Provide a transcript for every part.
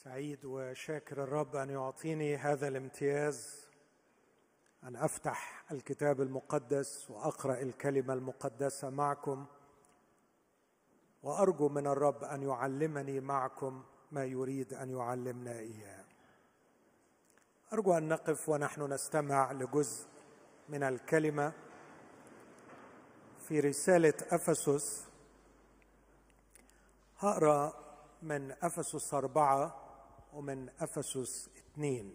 سعيد وشاكر الرب أن يعطيني هذا الامتياز أن أفتح الكتاب المقدس وأقرأ الكلمة المقدسة معكم، وأرجو من الرب أن يعلمني معكم ما يريد أن يعلمنا إياه. أرجو أن نقف ونحن نستمع لجزء من الكلمة في رسالة أفسس. هقرأ من أفسس 4 ومن أفسس 2.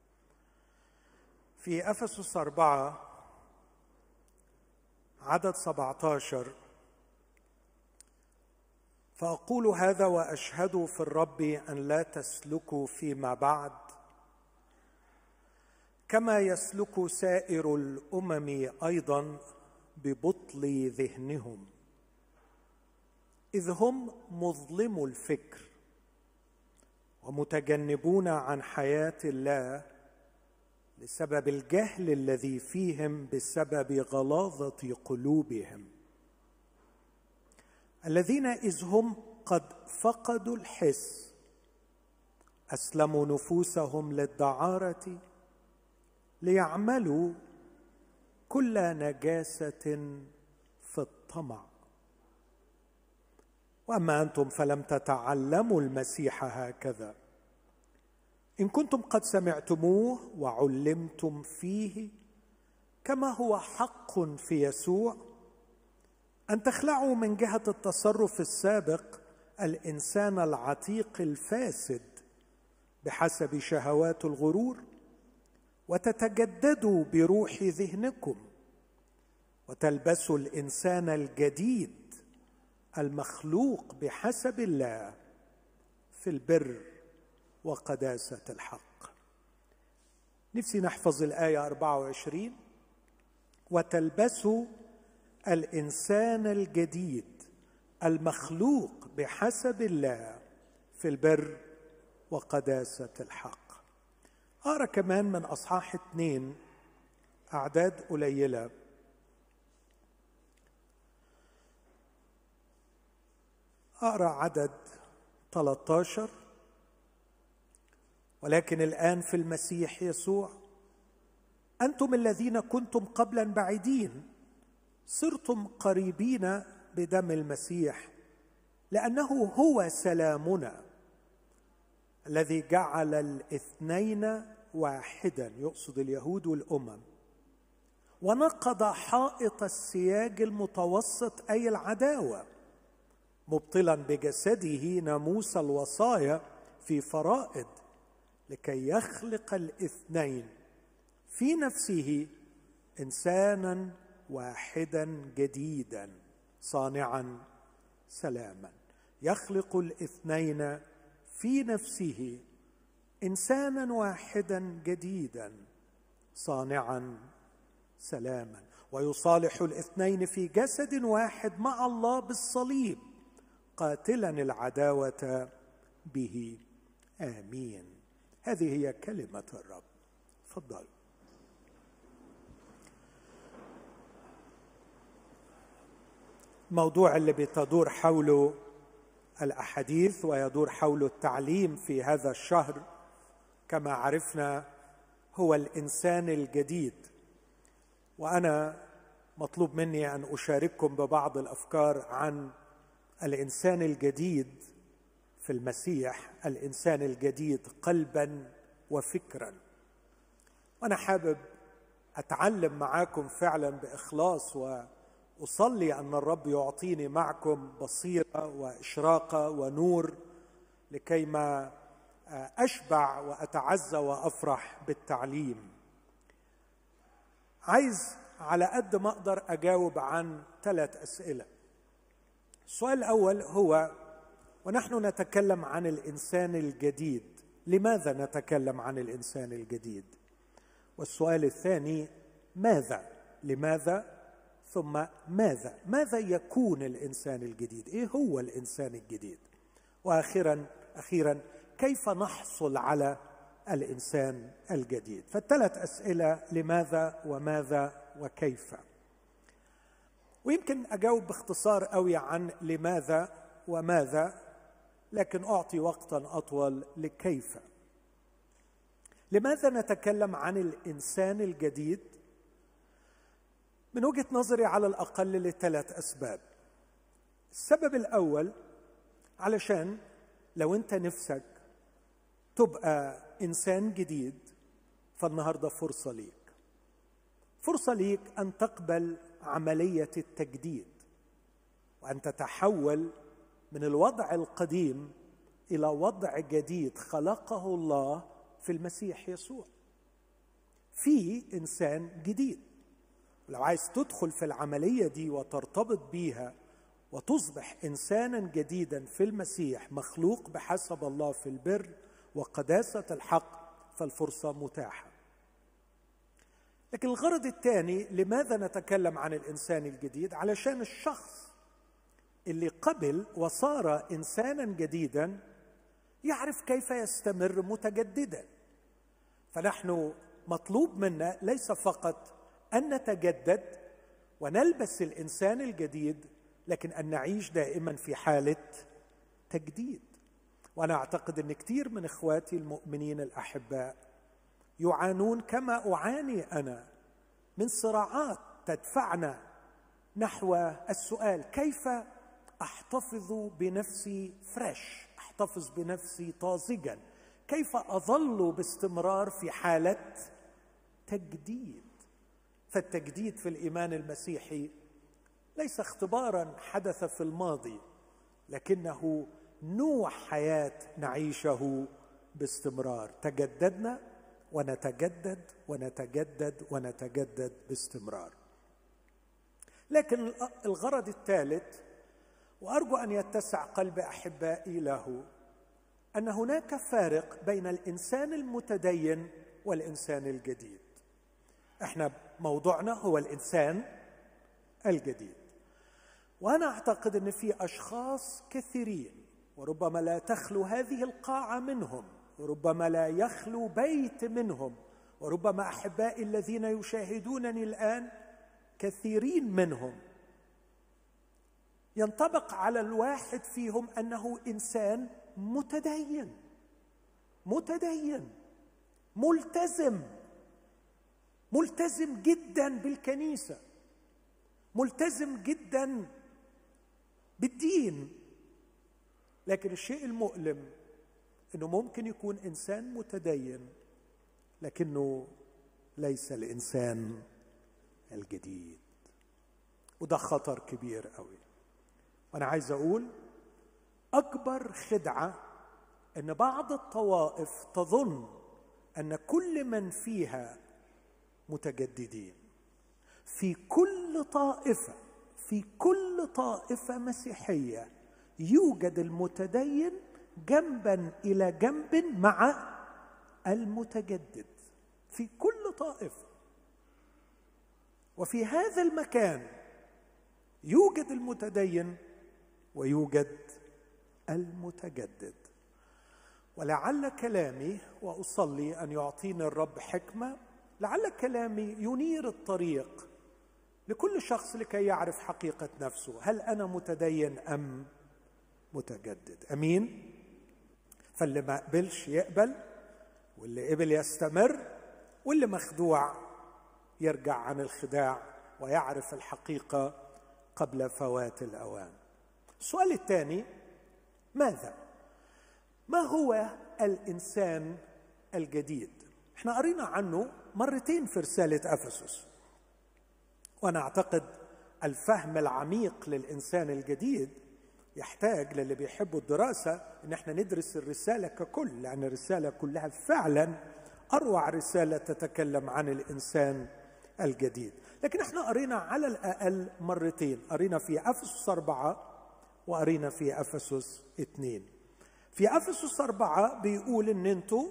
في أفسس 4 عدد 17: فأقول هذا وأشهد في الرب أن لا تسلكوا فيما بعد كما يسلك سائر الأمم أيضا ببطل ذهنهم، إذ هم مظلمو الفكر ومتجنبون عن حياة الله لسبب الجهل الذي فيهم بسبب غلاظة قلوبهم، الذين إذ هم قد فقدوا الحس أسلموا نفوسهم للدعارة ليعملوا كل نجاسة في الطمع. وأما أنتم فلم تتعلموا المسيح هكذا، إن كنتم قد سمعتموه وعلمتم فيه كما هو حق في يسوع، أن تخلعوا من جهة التصرف السابق الإنسان العتيق الفاسد بحسب شهوات الغرور، وتتجددوا بروح ذهنكم، وتلبسوا الإنسان الجديد المخلوق بحسب الله في البر وقداسة الحق. نفسي نحفظ الآية 24: وتلبسوا الإنسان الجديد المخلوق بحسب الله في البر وقداسة الحق. أقرأ كمان من أصحاح 2 أعداد قليلة. أقرأ عدد 13: ولكن الآن في المسيح يسوع أنتم الذين كنتم قبلا بعيدين صرتم قريبين بدم المسيح، لأنه هو سلامنا الذي جعل الاثنين واحدا، يقصد اليهود والأمم، ونقض حائط السياج المتوسط أي العداوة، مبطلا بجسده ناموس الوصايا في فرائض، لكي يخلق الاثنين في نفسه إنسانا واحدا جديدا صانعا سلاما. يخلق الاثنين في نفسه إنسانا واحدا جديدا صانعا سلاما، ويصالح الاثنين في جسد واحد مع الله بالصليب، قاتلا العداوة به. آمين. هذه هي كلمة الرب. تفضل. الموضوع اللي بتدور حوله الأحاديث ويدور حوله التعليم في هذا الشهر كما عرفنا هو الإنسان الجديد، وأنا مطلوب مني أن أشارككم ببعض الأفكار عن الإنسان الجديد في المسيح، الإنسان الجديد قلبا وفكرا. وأنا حابب أتعلم معاكم فعلا بإخلاص، وأصلي أن الرب يعطيني معكم بصيرة وإشراقة ونور لكيما أشبع وأتعزى وأفرح بالتعليم. عايز على قد ما أقدر أجاوب عن 3 أسئلة. السؤال الأول هو: ونحن نتكلم عن الإنسان الجديد، لماذا نتكلم عن الإنسان الجديد؟ والسؤال الثاني: ماذا؟ لماذا ثم ماذا؟ ماذا يكون الإنسان الجديد؟ إيه هو الإنسان الجديد؟ وأخيرا كيف نحصل على الإنسان الجديد؟ فالثلاث أسئلة: لماذا وماذا وكيف. ويمكن أجاوب باختصار قوي عن لماذا وماذا لكن أعطي وقتا أطول لكيف. لماذا نتكلم عن الإنسان الجديد؟ من وجهة نظري على الأقل لثلاث أسباب. السبب الأول، علشان لو أنت نفسك تبقى إنسان جديد، فالنهاردة فرصة ليك، فرصة ليك أن تقبل عملية التجديد، وأن تتحول من الوضع القديم إلى وضع جديد خلقه الله في المسيح يسوع. في إنسان جديد. لو عايز تدخل في العملية دي وترتبط بيها وتصبح إنسانا جديدا في المسيح، مخلوق بحسب الله في البر وقداسة الحق، فالفرصة متاحة. لكن الغرض الثاني، لماذا نتكلم عن الإنسان الجديد؟ علشان الشخص اللي قبل وصار إنسانا جديدا يعرف كيف يستمر متجددا. فنحن مطلوب منا ليس فقط أن نتجدد ونلبس الإنسان الجديد، لكن أن نعيش دائما في حالة تجديد. وأنا أعتقد أن كثير من إخواتي المؤمنين الأحباء يعانون كما أعاني أنا من صراعات تدفعنا نحو السؤال: كيف أحتفظ بنفسي فريش، أحتفظ بنفسي طازجا، كيف أظل باستمرار في حالة تجديد؟ فالتجديد في الإيمان المسيحي ليس اختبارا حدث في الماضي، لكنه نوع حياة نعيشه باستمرار. تجددنا ونتجدد ونتجدد ونتجدد باستمرار. لكن الغرض الثالث، وأرجو أن يتسع قلب أحبائي له، أن هناك فارق بين الإنسان المتدين والإنسان الجديد. احنا موضوعنا هو الإنسان الجديد، وأنا أعتقد أن في أشخاص كثيرين، وربما لا تخلو هذه القاعة منهم، وربما لا يخلو بيت منهم، وربما أحبائي الذين يشاهدونني الآن كثيرين منهم ينطبق على الواحد فيهم أنه إنسان متدين، ملتزم جدا بالكنيسة، ملتزم جدا بالدين. لكن الشيء المؤلم أنه ممكن يكون إنسان متدين لكنه ليس الإنسان الجديد، وده خطر كبير قوي. وأنا عايز أقول أكبر خدعة أن بعض الطوائف تظن أن كل من فيها متجددين. في كل طائفة مسيحية يوجد المتدين جنبا إلى جنب مع المتجدد، في كل طائفة. وفي هذا المكان يوجد المتدين ويوجد المتجدد. ولعل كلامي، وأصلي أن يعطيني الرب حكمة، لعل كلامي ينير الطريق لكل شخص لكي يعرف حقيقة نفسه: هل أنا متدين أم متجدد؟ أمين؟ فاللي ما قبلش يقبل، واللي قبل يستمر، واللي مخدوع يرجع عن الخداع ويعرف الحقيقة قبل فوات الأوان. السؤال الثاني: ما هو الإنسان الجديد؟ احنا قرينا عنه مرتين في رسالة أفسس، وأنا أعتقد الفهم العميق للإنسان الجديد يحتاج للي بيحبوا الدراسة إن احنا ندرس الرسالة ككل، لأن الرسالة كلها فعلا أروع رسالة تتكلم عن الإنسان الجديد. لكن احنا قرينا على الأقل مرتين، قرينا في أفسس 4 وقرينا في أفسس 2. في أفسس 4 بيقول إن انتوا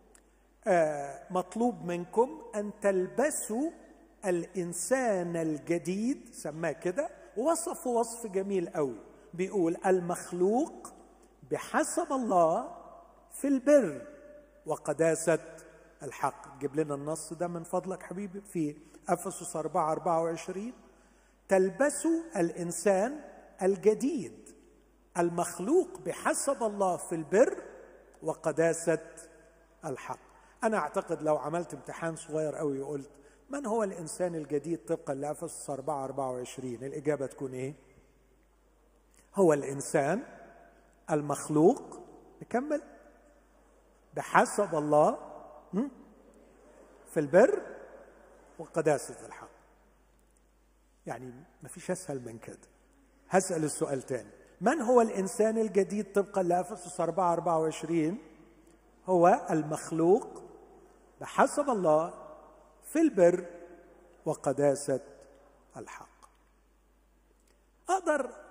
مطلوب منكم أن تلبسوا الإنسان الجديد، سماه كده، ووصف وصف جميل قوي، بيقول: المخلوق بحسب الله في البر وقداسة الحق. جيب لنا النص ده من فضلك حبيبي في أفسس 4:24. تلبسوا الإنسان الجديد المخلوق بحسب الله في البر وقداسة الحق. أنا أعتقد لو عملت امتحان صغير قوي وقلت من هو الإنسان الجديد طبقا لأفسس 4:24، الإجابة تكون إيه؟ هو الإنسان المخلوق، نكمل، بحسب الله في البر وقداسة الحق. يعني ما فيش أسهل من كده. هسأل السؤال تاني، من هو الإنسان الجديد طبقا لأفسس 4:24؟ هو المخلوق بحسب الله في البر وقداسة الحق. أقدر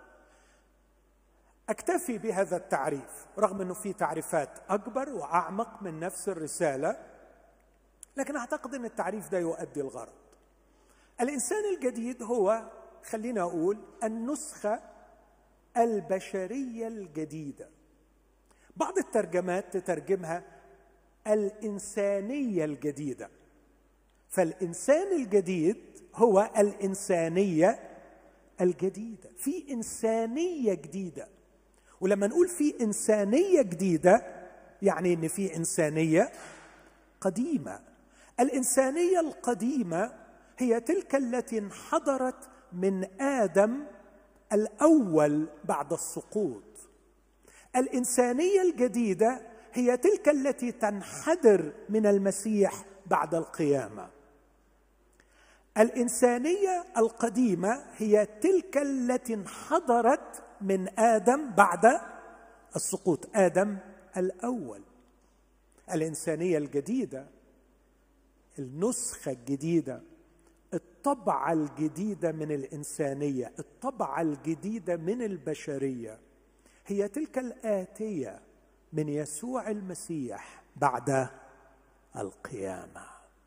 أكتفي بهذا التعريف رغم أنه في تعريفات أكبر وأعمق من نفس الرسالة، لكن أعتقد أن التعريف ده يؤدي الغرض. الإنسان الجديد هو، خلينا أقول، النسخة البشرية الجديدة. بعض الترجمات تترجمها الإنسانية الجديدة. فالإنسان الجديد هو الإنسانية الجديدة، في إنسانية جديدة. ولما نقول في إنسانية جديدة يعني إن في إنسانية قديمة. الإنسانية القديمة هي تلك التي انحدرت من آدم الأول بعد السقوط. الإنسانية الجديدة هي تلك التي تنحدر من المسيح بعد القيامة. الإنسانية القديمة هي تلك التي انحدرت من آدم بعد السقوط، آدم الأول. الإنسانية الجديدة، النسخة الجديدة، الطبعة الجديدة من الإنسانية، الطبعة الجديدة من البشرية، هي تلك الآتية من يسوع المسيح بعد القيامة.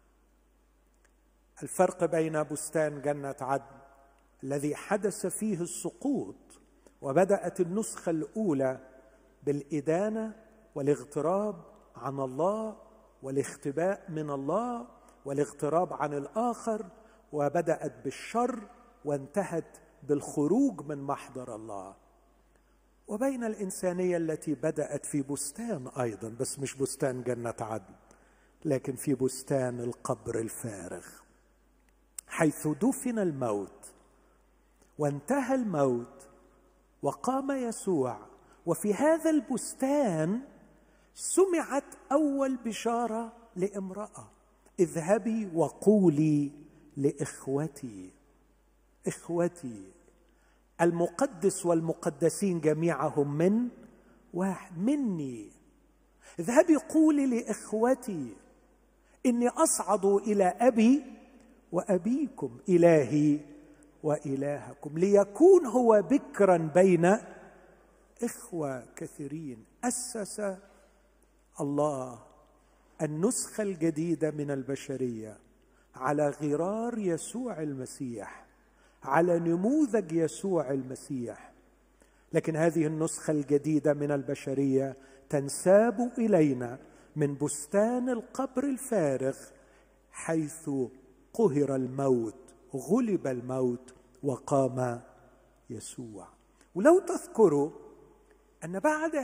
الفرق بين بستان جنة عدن الذي حدث فيه السقوط وبدأت النسخة الأولى بالإدانة والاغتراب عن الله والاختباء من الله والاغتراب عن الآخر، وبدأت بالشر وانتهت بالخروج من محضر الله، وبين الإنسانية التي بدأت في بستان أيضا، بس مش بستان جنة عدن، لكن في بستان القبر الفارغ، حيث دفن الموت وانتهى الموت وقام يسوع. وفي هذا البستان سمعت أول بشارة لامرأة: اذهبي وقولي لإخوتي. إخوتي، المقدس والمقدسين جميعهم من واحد، مني. اذهبي قولي لإخوتي إني أصعد إلى أبي وأبيكم، إلهي وإلهكم، ليكون هو بكرا بين إخوة كثيرين. أسس الله النسخة الجديدة من البشرية على غرار يسوع المسيح، على نموذج يسوع المسيح. لكن هذه النسخة الجديدة من البشرية تنساب إلينا من بستان القبر الفارغ، حيث قهر الموت، غلب الموت، وقام يسوع. ولو تذكروا أن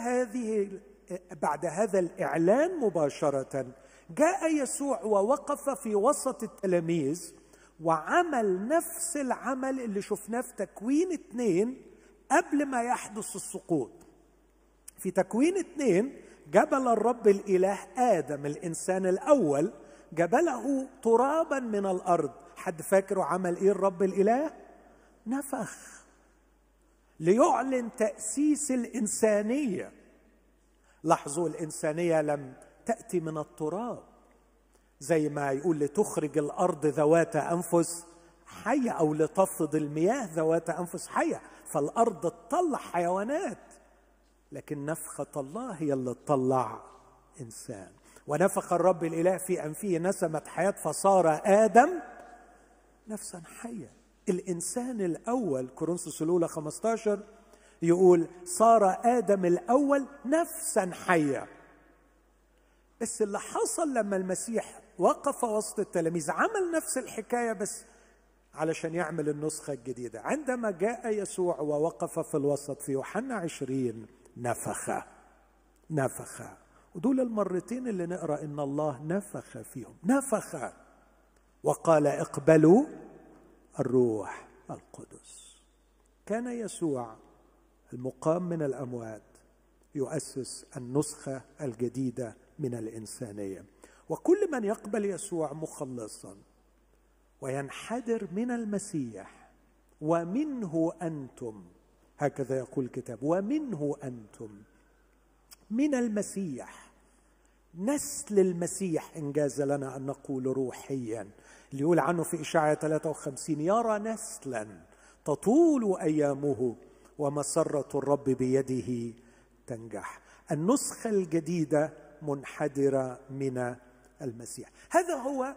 بعد هذا الإعلان مباشرة جاء يسوع ووقف في وسط التلاميذ وعمل نفس العمل اللي شفناه في تكوين 2 قبل ما يحدث السقوط. في تكوين 2 جبل الرب الإله آدم الإنسان الأول، جبله ترابا من الأرض. حد فاكره عمل إيه الرب الإله؟ نفخ ليعلن تأسيس الإنسانية. لاحظوا، الإنسانية لم تأتي من التراب، زي ما يقول لتخرج الأرض ذوات أنفس حية، أو لتفض المياه ذوات أنفس حية، فالأرض تطلع حيوانات، لكن نفخة الله هي اللي تطلع إنسان. ونفخ الرب الإله في أنفه نسمة حياة فصار آدم نفسا حية. الإنسان الأول، كورنثوس الأولى 15 يقول صار آدم الأول نفسا حية. بس اللي حصل لما المسيح وقف وسط التلاميذ عمل نفس الحكاية، بس علشان يعمل النسخة الجديدة. عندما جاء يسوع ووقف في الوسط في يوحنا 20 نفخ. ودول المرتين اللي نقرأ إن الله نفخ فيهم، نفخ وقال اقبلوا الروح القدس. كان يسوع المقام من الأموات يؤسس النسخة الجديدة من الإنسانية، وكل من يقبل يسوع مخلصا وينحدر من المسيح ومنه أنتم، هكذا يقول الكتاب، ومنه أنتم، من المسيح، نسل المسيح إنجاز لنا أن نقول روحيا، اللي يقول عنه في إشعياء 53 يرى نسلا تطول أيامه ومسرة الرب بيده تنجح. النسخة الجديدة منحدرة من المسيح. هذا هو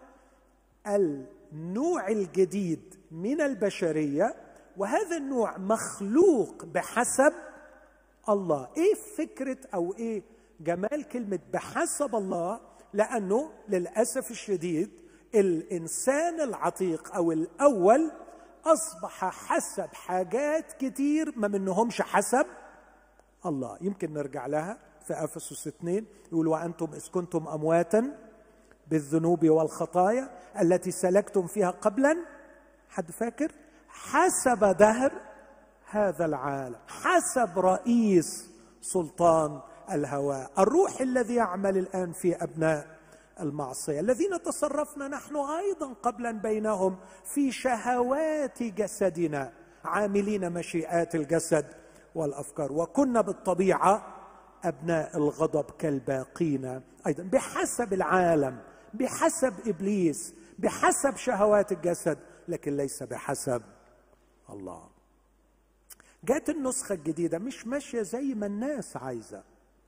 النوع الجديد من البشرية، وهذا النوع مخلوق بحسب الله. ايه فكرة او ايه جمال كلمة بحسب الله؟ لأنه للأسف الشديد الإنسان العتيق او الأول أصبح حسب حاجات كتير ما منهمش حسب الله. يمكن نرجع لها في أفسس 2 يقول وأنتم إذ كنتم أمواتا بالذنوب والخطايا التي سلكتم فيها قبلا، حد فاكر؟ حسب دهر هذا العالم، حسب رئيس سلطان الهواء، الروح الذي يعمل الآن في أبناء المعصية الذين تصرفنا نحن أيضا قبلا بينهم في شهوات جسدنا عاملين مشيئات الجسد والأفكار، وكنا بالطبيعة أبناء الغضب كالباقين أيضا، بحسب العالم، بحسب إبليس، بحسب شهوات الجسد، لكن ليس بحسب الله. جاءت النسخة الجديدة مش ماشية زي ما الناس عايزة،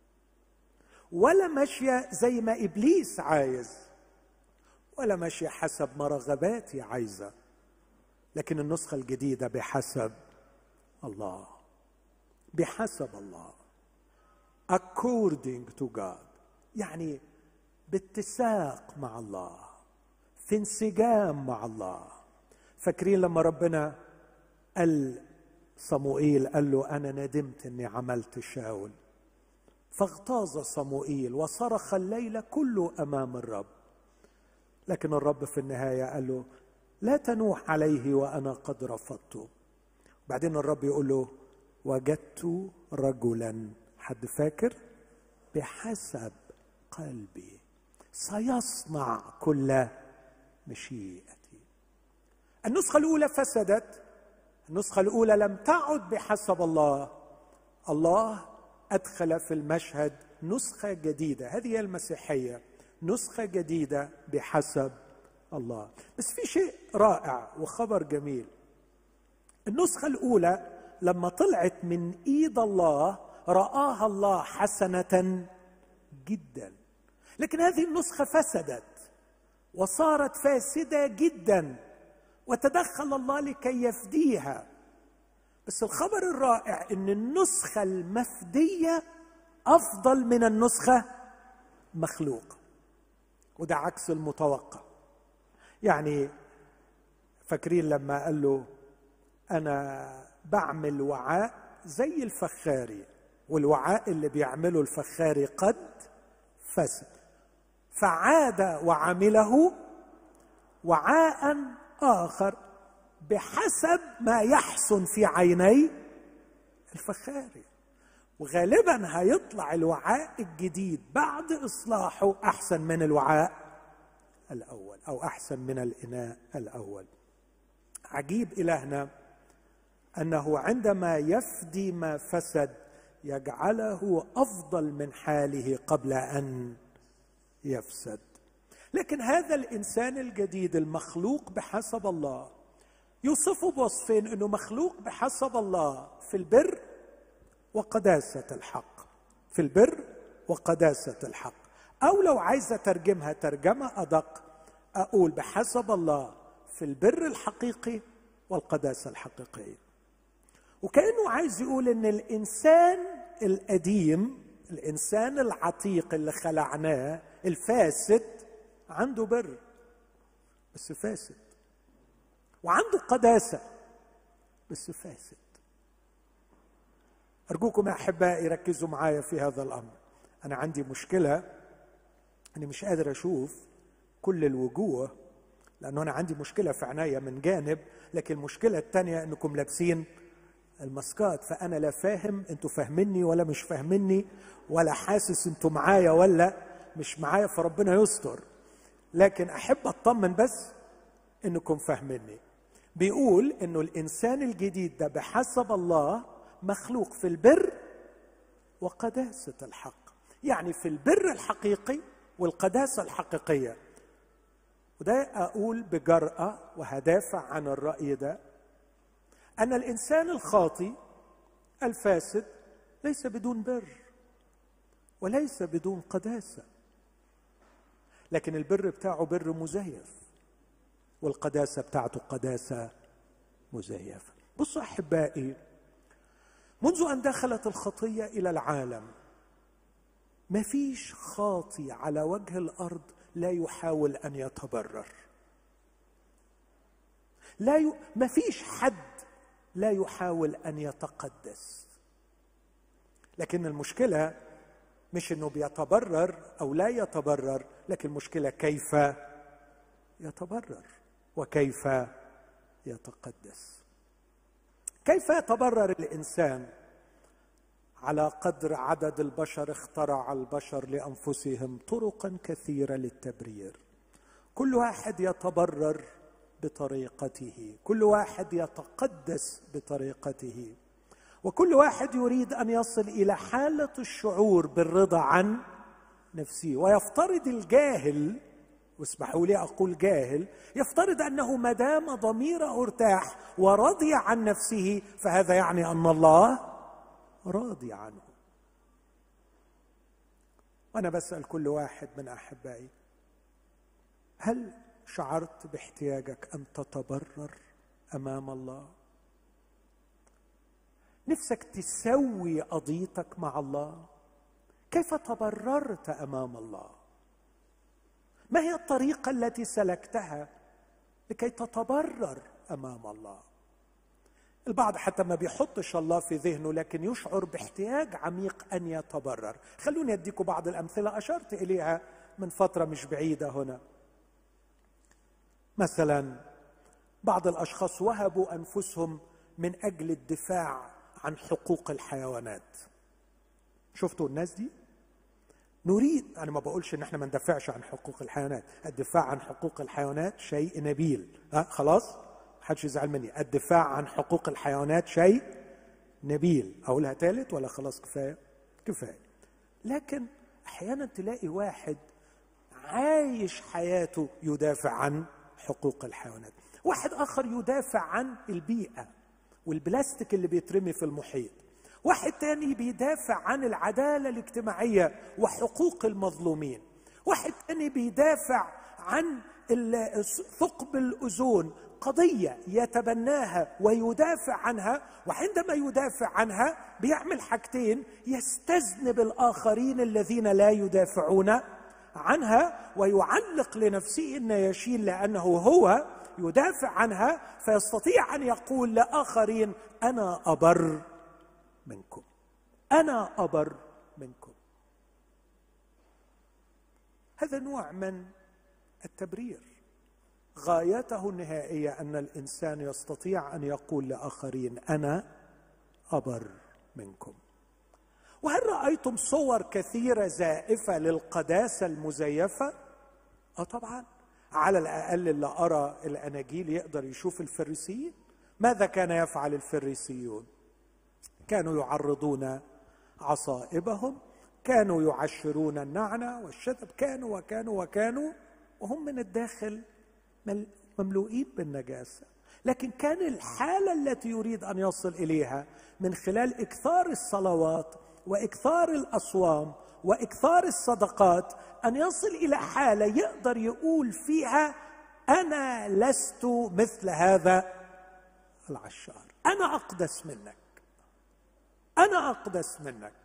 ولا ماشية زي ما إبليس عايز، ولا ماشية حسب ما رغباتي عايزة، لكن النسخة الجديدة بحسب الله، بحسب الله، according to God، يعني باتساق مع الله، في انسجام مع الله. فاكرين لما ربنا قال صموئيل، قال له أنا ندمت أني عملت شاول، فاغتاظ صموئيل وصرخ الليل كله أمام الرب، لكن الرب في النهاية قال له لا تنوح عليه وأنا قد رفضته. بعدين الرب يقول له وجدت رجلا، حد فاكر؟ بحسب قلبي سيصنع كل مشيئتي. النسخة الأولى فسدت، النسخة الأولى لم تعد بحسب الله. الله أدخل في المشهد نسخة جديدة، هذه هي المسيحية، نسخة جديدة بحسب الله. بس في شيء رائع وخبر جميل، النسخة الأولى لما طلعت من إيد الله رآها الله حسنة جدا، لكن هذه النسخة فسدت وصارت فاسدة جدا، وتدخل الله لكي يفديها. بس الخبر الرائع ان النسخة المفدية افضل من النسخة مخلوقة، وده عكس المتوقع. يعني فاكرين لما قال له انا بعمل وعاء زي الفخاري، والوعاء اللي بيعمله الفخاري قد فسد، فعاد وعمله وعاء آخر بحسب ما يحسن في عيني الفخاري. وغالبا هيطلع الوعاء الجديد بعد إصلاحه أحسن من الوعاء الأول، أو أحسن من الإناء الأول. عجيب إلهنا أنه عندما يفدي ما فسد يجعله أفضل من حاله قبل أن يفسد. لكن هذا الإنسان الجديد المخلوق بحسب الله يوصفه بوصفين، أنه مخلوق بحسب الله في البر وقداسة الحق، في البر وقداسة الحق، أو لو عايز ترجمها ترجمة أدق أقول بحسب الله في البر الحقيقي والقداسة الحقيقية. وكأنه عايز يقول أن الإنسان القديم، الإنسان العتيق اللي خلعناه الفاسد عنده بر بس فاسد، وعنده قداسة بس فاسد. أرجوكم يا أحبائي ركزوا معايا في هذا الأمر. أنا عندي مشكلة أني مش قادر أشوف كل الوجوه، لأنه أنا عندي مشكلة في عناية من جانب، لكن المشكلة الثانية أنكم لابسين الماسكات، فأنا لا فاهم أنتوا فاهميني ولا مش فاهميني، ولا حاسس أنتوا معايا ولا مش معايا، فربنا يستر. لكن أحب أطمن بس أنكم فاهميني. بيقول أنه الإنسان الجديد ده بحسب الله مخلوق في البر وقداسة الحق، يعني في البر الحقيقي والقداسة الحقيقية. وده أقول بجرأة وهدافع عن الرأي ده، أن الإنسان الخاطئ الفاسد ليس بدون بر وليس بدون قداسة، لكن البر بتاعه بر مزيف والقداسة بتاعته قداسة مزيفة. بصوا أحبائي، منذ أن دخلت الخطية إلى العالم ما فيش خاطئ على وجه الأرض لا يحاول أن يتبرر. ما فيش حد لا يحاول أن يتقدس. لكن المشكلة مش أنه بيتبرر أو لا يتبرر، لكن المشكلة كيف يتبرر وكيف يتقدس. كيف يتبرر الإنسان؟ على قدر عدد البشر اخترع البشر لأنفسهم طرقا كثيرة للتبرير. كل واحد يتبرر بطريقته، كل واحد يتقدس بطريقته، وكل واحد يريد أن يصل إلى حالة الشعور بالرضا عن نفسه. ويفترض الجاهل، واسمحوا لي أقول جاهل، يفترض أنه ما دام ضميره ارتاح ورضي عن نفسه فهذا يعني أن الله راضي عنه. وأنا بسأل كل واحد من أحبائي، هل شعرت باحتياجك أن تتبرر أمام الله؟ نفسك تسوي قضيتك مع الله؟ كيف تبررت أمام الله؟ ما هي الطريقة التي سلكتها لكي تتبرر أمام الله؟ البعض حتى ما بيحطش الله في ذهنه، لكن يشعر باحتياج عميق أن يتبرر. خلوني أديكم بعض الأمثلة أشرت إليها من فترة مش بعيدة هنا. مثلا بعض الأشخاص وهبوا أنفسهم من أجل الدفاع عن حقوق الحيوانات. شفتوا الناس دي؟ نريد، أنا ما بقولش إن احنا ما ندافعش عن حقوق الحيوانات، الدفاع عن حقوق الحيوانات شيء نبيل، خلاص محدش يزعل مني، الدفاع عن حقوق الحيوانات شيء نبيل. أقولها ثالث ولا خلاص كفاية؟ كفاية. لكن أحيانا تلاقي واحد عايش حياته يدافع عن حقوق الحيوانات، واحد آخر يدافع عن البيئة والبلاستيك اللي بيترمي في المحيط، واحد تاني بيدافع عن العدالة الاجتماعية وحقوق المظلومين، واحد تاني بيدافع عن ثقب الأوزون، قضية يتبناها ويدافع عنها. وعندما يدافع عنها بيعمل حاجتين: يستذنب الآخرين الذين لا يدافعون عنها، ويعلق لنفسه النياشين لأنه هو يدافع عنها، فيستطيع أن يقول لآخرين أنا أبر منكم، أنا أبر منكم. هذا نوع من التبرير غايته النهائية أن الإنسان يستطيع أن يقول لآخرين أنا أبر منكم. وهل رأيتم صور كثيرة زائفة للقداسة المزيفة؟ طبعا، على الأقل اللي أرى الأناجيل يقدر يشوف الفريسيين. ماذا كان يفعل الفريسيون؟ كانوا يعرضون عصائبهم، كانوا يعشرون النعنع والشذب، كانوا وهم من الداخل مملوئين بالنجاسة. لكن كان الحالة التي يريد أن يصل إليها من خلال إكثار الصلوات وإكثار الأصوام وإكثار الصدقات أن يصل إلى حالة يقدر يقول فيها أنا لست مثل هذا العشار، أنا أقدس منك، أنا أقدس منك.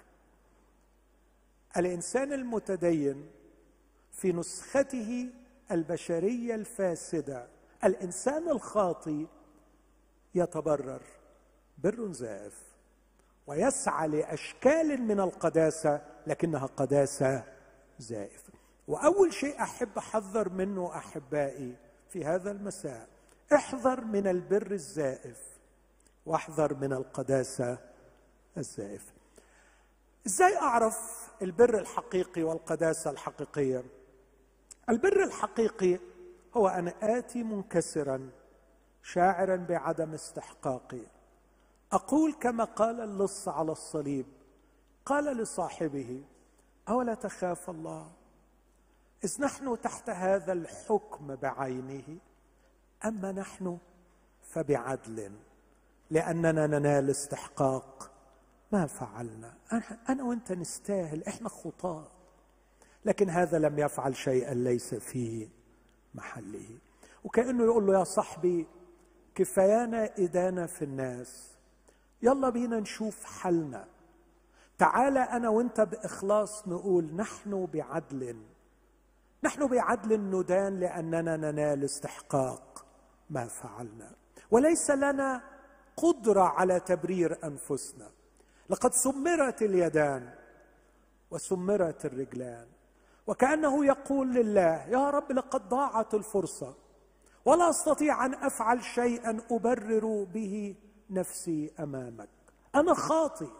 الإنسان المتدين في نسخته البشرية الفاسدة الإنسان الخاطئ يتبرر بر زائف ويسعى لأشكال من القداسة، لكنها قداسة زائفة. وأول شيء أحب أحذر منه أحبائي في هذا المساء، احذر من البر الزائف واحذر من القداسة الزائفة. إزاي أعرف البر الحقيقي والقداسة الحقيقية؟ البر الحقيقي هو أن آتي منكسرا شاعرا بعدم استحقاقي، أقول كما قال اللص على الصليب، قال لصاحبه: أولا تخاف الله إذ نحن تحت هذا الحكم بعينه، أما نحن فبعدل لأننا ننال استحقاق ما فعلنا. أنا وأنت نستاهل، إحنا خطاة، لكن هذا لم يفعل شيئا ليس في محله. وكأنه يقول له: يا صاحبي، كفايانا إدانة في الناس، يلا بينا نشوف حلنا. تعالى أنا وأنت بإخلاص نقول: نحن بعدل، نحن بعدل ندان لأننا ننال استحقاق ما فعلنا، وليس لنا قدرة على تبرير أنفسنا. لقد سمرت اليدان وسمرت الرجلان، وكأنه يقول لله: يا رب، لقد ضاعت الفرصة ولا أستطيع أن أفعل شيئا أبرر به نفسي أمامك. أنا خاطئ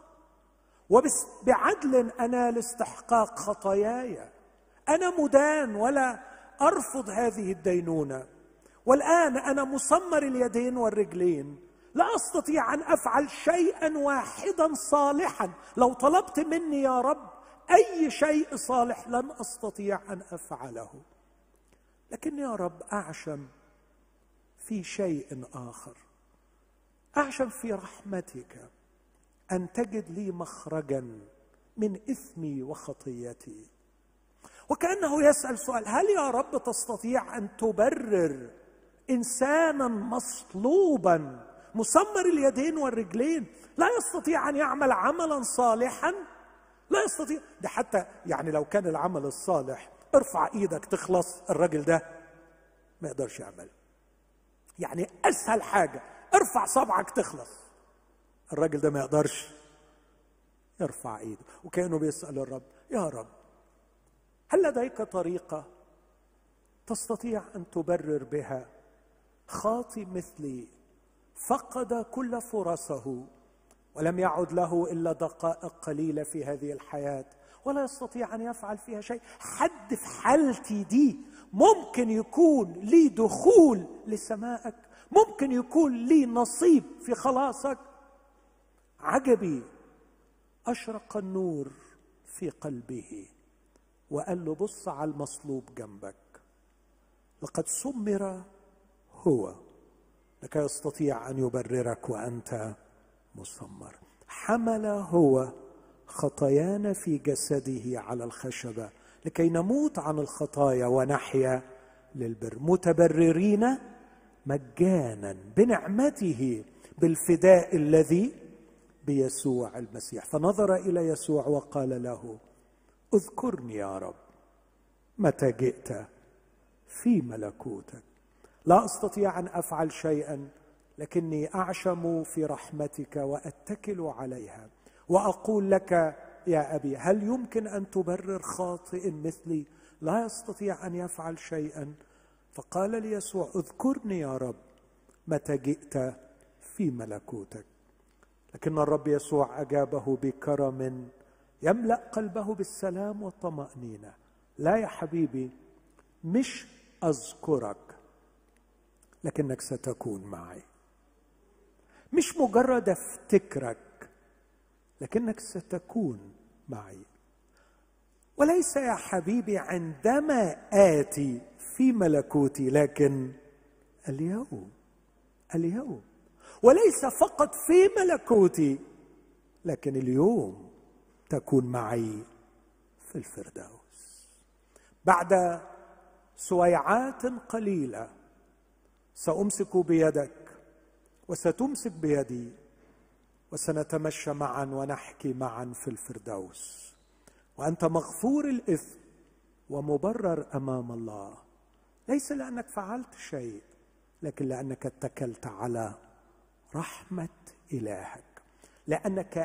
وبعدل أنال استحقاق خطاياي. أنا مدان ولا أرفض هذه الدينونة، والآن أنا مسمر اليدين والرجلين، لا أستطيع أن أفعل شيئا واحدا صالحا. لو طلبت مني يا رب أي شيء صالح لن أستطيع أن أفعله، لكن يا رب أعشم في شيء آخر، أعشم في رحمتك أن تجد لي مخرجا من إثمي وخطيتي. وكأنه يسأل سؤال: هل يا رب تستطيع أن تبرر إنسانا مصلوبا مسمر اليدين والرجلين لا يستطيع أن يعمل عملا صالحا؟ لا يستطيع. ده حتى يعني لو كان العمل الصالح ارفع ايدك تخلص، الراجل ده ما يقدرش يعمل. يعني أسهل حاجة ارفع صبعك تخلص، الراجل ده ما يقدرش يرفع ايده. وكأنه بيسأل الرب: يا رب، هل لديك طريقة تستطيع أن تبرر بها خاطئ مثلي فقد كل فرصه ولم يعد له إلا دقائق قليلة في هذه الحياة ولا يستطيع أن يفعل فيها شيء؟ حد في حالتي دي ممكن يكون لي دخول لسمائك؟ ممكن يكون لي نصيب في خلاصك؟ عجبي، أشرق النور في قلبه وقال له: بص على المصلوب جنبك، لقد سمر هو لكي يستطيع أن يبررك وأنت مسمر. حمل هو خطايانا في جسده على الخشبة لكي نموت عن الخطايا ونحيا للبر، متبررين مجانا بنعمته بالفداء الذي بيسوع المسيح. فنظر إلى يسوع وقال له: اذكرني يا رب متى جئت في ملكوتك. لا أستطيع أن أفعل شيئا، لكني أعشم في رحمتك وأتكل عليها، وأقول لك يا أبي: هل يمكن أن تبرر خاطئ مثلي لا يستطيع أن يفعل شيئا؟ فقال ليسوع: اذكرني يا رب متى جئت في ملكوتك. لكن الرب يسوع أجابه بكرم يملأ قلبه بالسلام والطمأنينة: لا يا حبيبي، مش أذكرك، لكنك ستكون معي. مش مجرد افتكرك، لكنك ستكون معي. وليس يا حبيبي عندما آتي في ملكوتي، لكن اليوم. وليس فقط في ملكوتي، لكن اليوم تكون معي في الفردوس. بعد سويعات قليلة سأمسك بيدك وستمسك بيدي، وسنتمشى معا ونحكي معا في الفردوس، وأنت مغفور الإثم ومبرر أمام الله، ليس لأنك فعلت شيء، لكن لأنك اتكلت على رحمة إلهك، لأنك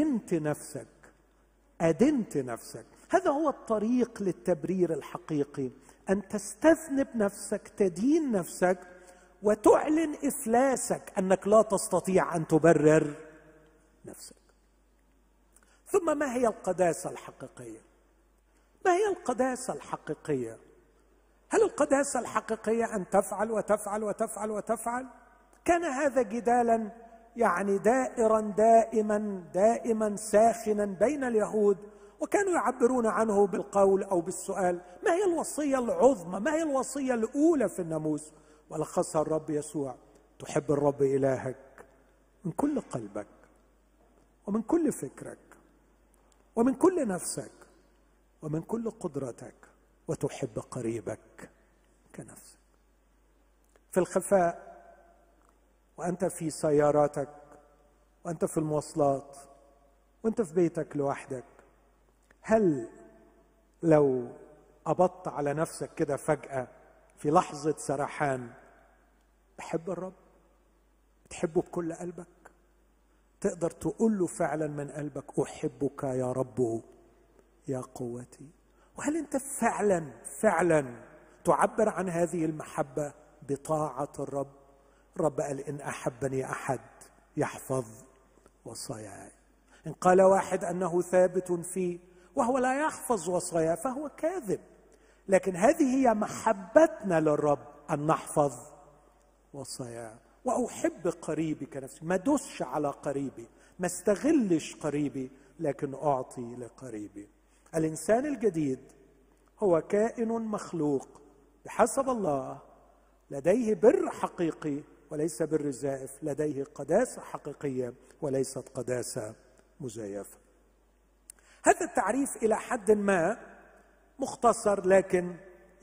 أدنت نفسك. هذا هو الطريق للتبرير الحقيقي، أن تستذنب نفسك، تدين نفسك، وتعلن إفلاسك، أنك لا تستطيع أن تبرر نفسك. ثم ما هي القداسة الحقيقية؟ ما هي القداسة الحقيقية؟ هل القداسة الحقيقية أن تفعل وتفعل وتفعل وتفعل؟ كان هذا جدالا دائرا دائما ساخنا بين اليهود، وكانوا يعبرون عنه بالقول أو بالسؤال: ما هي الوصية العظمى؟ ما هي الوصية الأولى في الناموس؟ ولخصها الرب يسوع: تحب الرب إلهك من كل قلبك ومن كل فكرك ومن كل نفسك ومن كل قدرتك، وتحب قريبك كنفسك. في الخفاء، وأنت في سياراتك، وأنت في المواصلات، وأنت في بيتك لوحدك، هل لو قبضت على نفسك كده فجأة في لحظة سرحان: بحب الرب؟ بتحبه بكل قلبك؟ تقدر تقول له فعلا من قلبك: أحبك يا رب يا قوتي؟ وهل أنت فعلا تعبر عن هذه المحبة بطاعة الرب؟ الرب قال: إن أحبني أحد يحفظ وصاياي. إن قال واحد أنه ثابت فيه وهو لا يحفظ وصاياه فهو كاذب. لكن هذه هي محبتنا للرب، أن نحفظ وصاياه. وأحب قريبي كنفسي، ما دوسش على قريبي، ما استغلش قريبي، لكن أعطي لقريبي. الإنسان الجديد هو كائن مخلوق بحسب الله، لديه بر حقيقي وليس بر زائف، لديه قداسة حقيقية وليست قداسة مزيفة. هذا التعريف إلى حد ما مختصر، لكن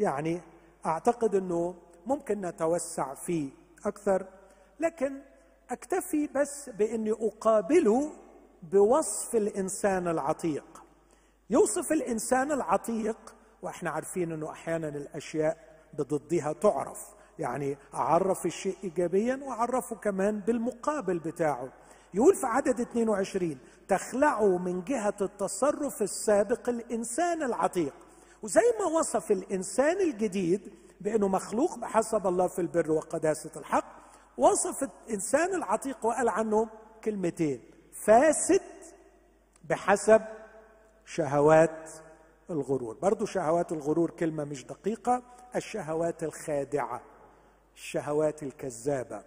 أعتقد أنه ممكن نتوسع فيه أكثر، لكن أكتفي بس بأني أقابله بوصف الإنسان العتيق. يوصف الإنسان العتيق، وإحنا عارفين أنه أحيانا الأشياء بضدها تعرف، أعرف الشيء إيجابيا وأعرفه كمان بالمقابل بتاعه. يقول في عدد 22: تخلعوا من جهة التصرف السابق الإنسان العتيق. وزي ما وصف الإنسان الجديد بأنه مخلوق بحسب الله في البر وقداسة الحق، وصف الإنسان العتيق وقال عنه كلمتين: فاسد بحسب شهوات الغرور. برضو شهوات الغرور كلمة مش دقيقة، الشهوات الخادعة، الشهوات الكذابة.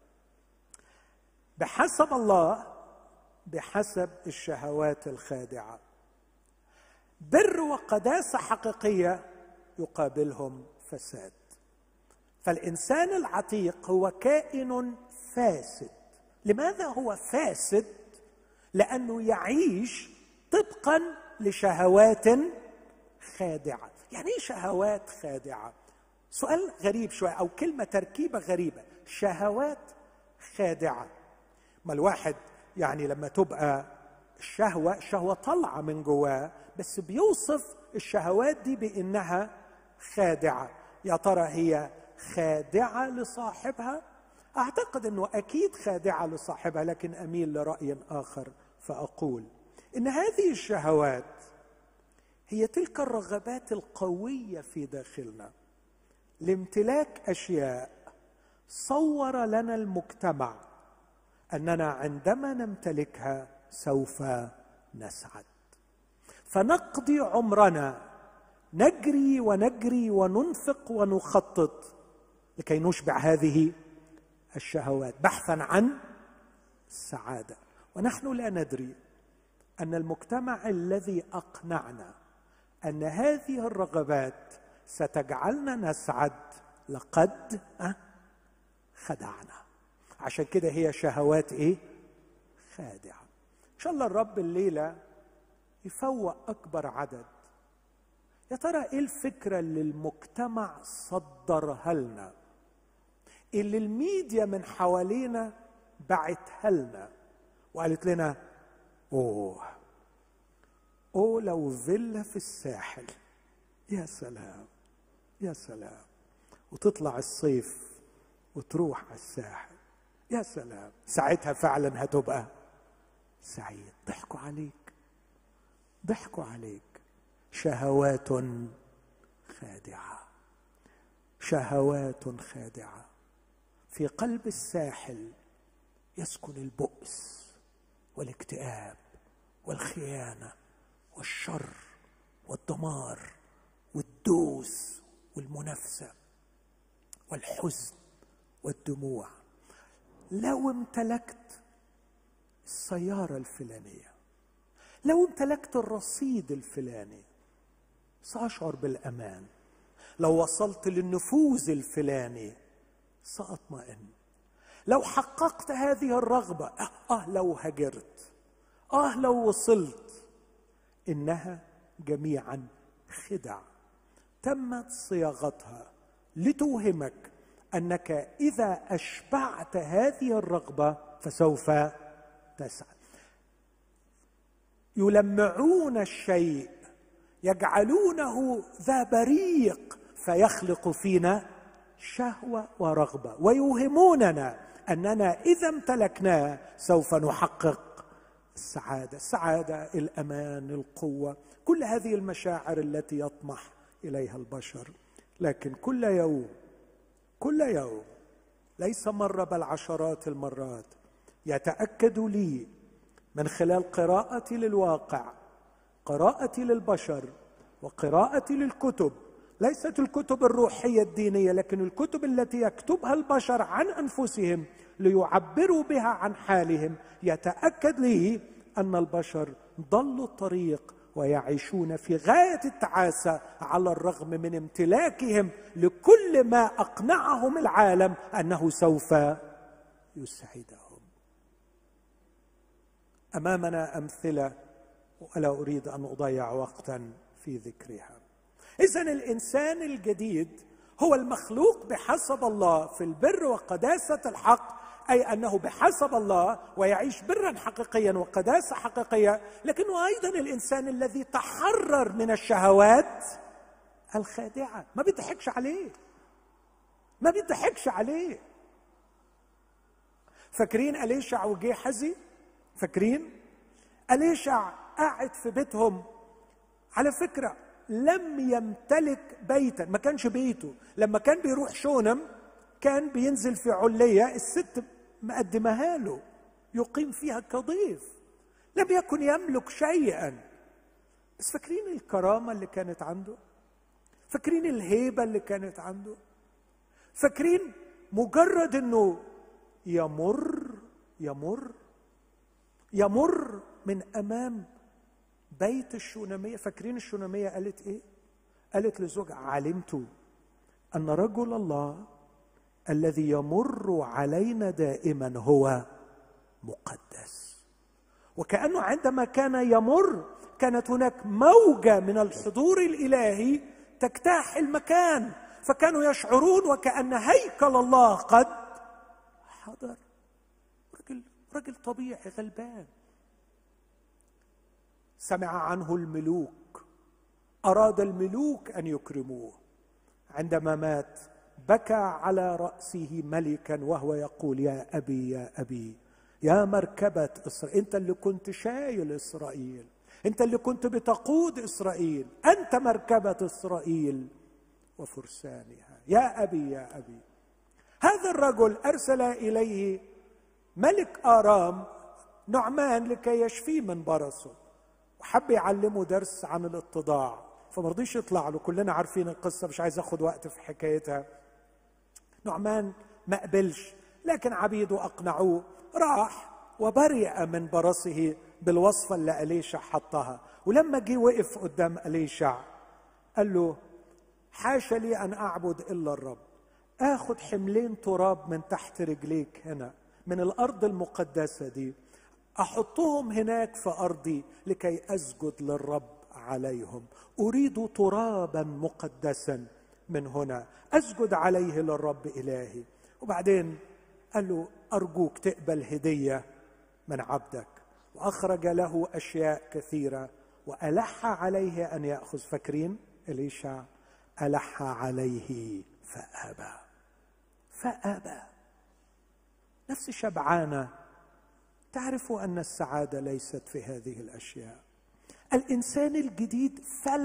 بحسب الله بحسب الشهوات الخادعة. بر وقداسة حقيقية يقابلهم فساد. فالإنسان العتيق هو كائن فاسد. لماذا هو فاسد؟ لأنه يعيش طبقا لشهوات خادعة. يعني ايه شهوات خادعة؟ سؤال غريب شوية، أو كلمة تركيبة غريبة، شهوات خادعة. ما الواحد لما تبقى الشهوة طالعة من جواه، بس بيوصف الشهوات دي بأنها خادعة. يا ترى هي خادعة لصاحبها؟ أعتقد أنه أكيد خادعة لصاحبها، لكن أميل لرأي آخر فأقول إن هذه الشهوات هي تلك الرغبات القوية في داخلنا لامتلاك أشياء صور لنا المجتمع أننا عندما نمتلكها سوف نسعد، فنقضي عمرنا نجري ونجري وننفق ونخطط لكي نشبع هذه الشهوات بحثا عن السعادة، ونحن لا ندري أن المجتمع الذي أقنعنا أن هذه الرغبات ستجعلنا نسعد لقد خدعنا. عشان كده هي شهوات خادعة. إن شاء الله الرب الليلة يفوق أكبر عدد. يا ترى إيه الفكرة اللي المجتمع صدرها لنا، اللي الميديا من حوالينا بعتها لنا وقالت لنا: أوه لو فيلا في الساحل، يا سلام يا سلام، وتطلع الصيف وتروح على الساحل. يا سلام، ساعتها فعلا هتبقى سعيد. ضحكوا عليك، ضحكوا عليك. شهوات خادعة، شهوات خادعة. في قلب الساحل يسكن البؤس والاكتئاب والخيانة والشر والدمار والدوس والمنافسة والحزن والدموع. لو امتلكت السيارة الفلانية، لو امتلكت الرصيد الفلاني، سأشعر بالأمان. لو وصلت للنفوذ الفلاني سأطمئن. لو حققت هذه الرغبة، لو هجرت، لو وصلت. إنها جميعا خدع تمت صياغتها لتوهمك أنك إذا أشبعت هذه الرغبة فسوف تسعد. يلمعون الشيء، يجعلونه ذا بريق، فيخلق فينا شهوة ورغبة، ويوهموننا أننا إذا امتلكناه سوف نحقق السعادة. السعادة، الأمان، القوة، كل هذه المشاعر التي يطمح إليها البشر. لكن كل يوم، كل يوم، ليس مرة بل عشرات المرات، يتأكد لي من خلال قراءتي للواقع، قراءتي للبشر، وقراءتي للكتب، ليست الكتب الروحية الدينية، لكن الكتب التي يكتبها البشر عن أنفسهم ليعبروا بها عن حالهم. يتأكد لي أن البشر ضلوا الطريق ويعيشون في غاية التعاسة، على الرغم من امتلاكهم لكل ما أقنعهم العالم أنه سوف يسعدهم. أمامنا أمثلة ولا أريد أن أضيع وقتا في ذكرها. إذن الإنسان الجديد هو المخلوق بحسب الله في البر وقداسة الحق، أي أنه بحسب الله ويعيش برا حقيقيا وقداسة حقيقية، لكنه أيضا الإنسان الذي تحرر من الشهوات الخادعة. ما بيضحكش عليه، ما بيضحكش عليه. فاكرين أليشع وجيحزي؟ فاكرين؟ أليشع قاعد في بيتهم، على فكرة لم يمتلك بيتا، ما كانش بيته. لما كان بيروح شونم كان بينزل في علية الست مقدمها له يقيم فيها كضيف، لم يكن يملك شيئا. بس فاكرين الكرامة اللي كانت عنده؟ فاكرين الهيبة اللي كانت عنده؟ فاكرين مجرد انه يمر من امام بيت الشونامية؟ فاكرين الشونامية قالت ايه؟ قالت لزوجها: علمت ان رجل الله الذي يمر علينا دائما هو مقدس. وكأنه عندما كان يمر كانت هناك موجة من الحضور الإلهي تجتاح المكان، فكانوا يشعرون وكأن هيكل الله قد حضر. رجل طبيعي غلبان. سمع عنه الملوك، أراد الملوك أن يكرموه. عندما مات بكى على رأسه ملكا وهو يقول: يا أبي يا أبي، يا مركبة إسرائيل، أنت اللي كنت شايل إسرائيل، أنت اللي كنت بتقود إسرائيل، أنت مركبة إسرائيل وفرسانها، يا أبي يا أبي. هذا الرجل أرسل إليه ملك آرام نعمان لكي يشفيه من برصه، وحب يعلمه درس عن الاتضاع، فما رضيش يطلع له. كلنا عارفين القصة، مش عايز أخذ وقت في حكايتها. نعمان ما قبلش، لكن عبيده أقنعوه، راح وبرئ من برصه بالوصفة اللي أليشع حطها. ولما جه وقف قدام أليشع قال له: حاشا لي أن أعبد إلا الرب، آخذ حملين تراب من تحت رجليك هنا من الأرض المقدسة دي، أحطهم هناك في أرضي لكي أسجد للرب عليهم. أريد ترابا مقدسا من هنا أسجد عليه للرب إلهي. وبعدين قال له: أرجوك تقبل هدية من عبدك. وأخرج له أشياء كثيرة وألح عليه أن يأخذ. فاكرين إليشع؟ ألح عليه فأبى. نفس شبعانة تعرف أن السعادة ليست في هذه الأشياء. الإنسان الجديد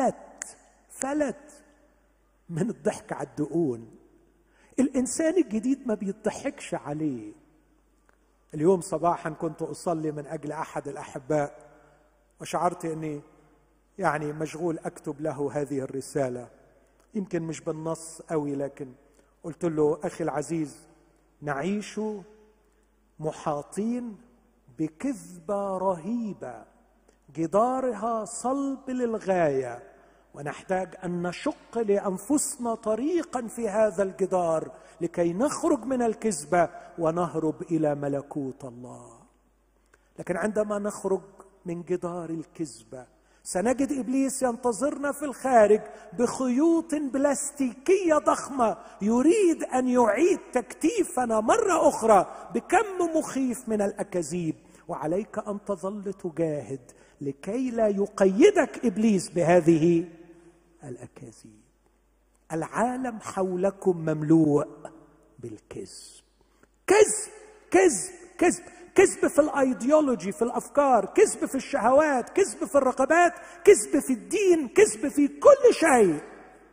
فلت من الضحك على الدقون. الإنسان الجديد ما بيضحكش عليه. اليوم صباحا كنت أصلي من أجل أحد الأحباء، وشعرت أني مشغول أكتب له هذه الرسالة، يمكن مش بالنص قوي، لكن قلت له: أخي العزيز، نعيش محاطين بكذبة رهيبة جدارها صلب للغاية، ونحتاج أن نشق لأنفسنا طريقا في هذا الجدار لكي نخرج من الكذبة ونهرب إلى ملكوت الله. لكن عندما نخرج من جدار الكذبة سنجد إبليس ينتظرنا في الخارج بخيوط بلاستيكية ضخمة، يريد أن يعيد تكتيفنا مرة أخرى بكم مخيف من الأكاذيب، وعليك أن تظل تجاهد لكي لا يقيدك إبليس بهذه الأكاذيب. العالم حولكم مملوء بالكذب، كذب كذب كذب، كذب في الايديولوجي، في الافكار، كذب في الشهوات، كذب في الرغبات، كذب في الدين، كذب في كل شيء.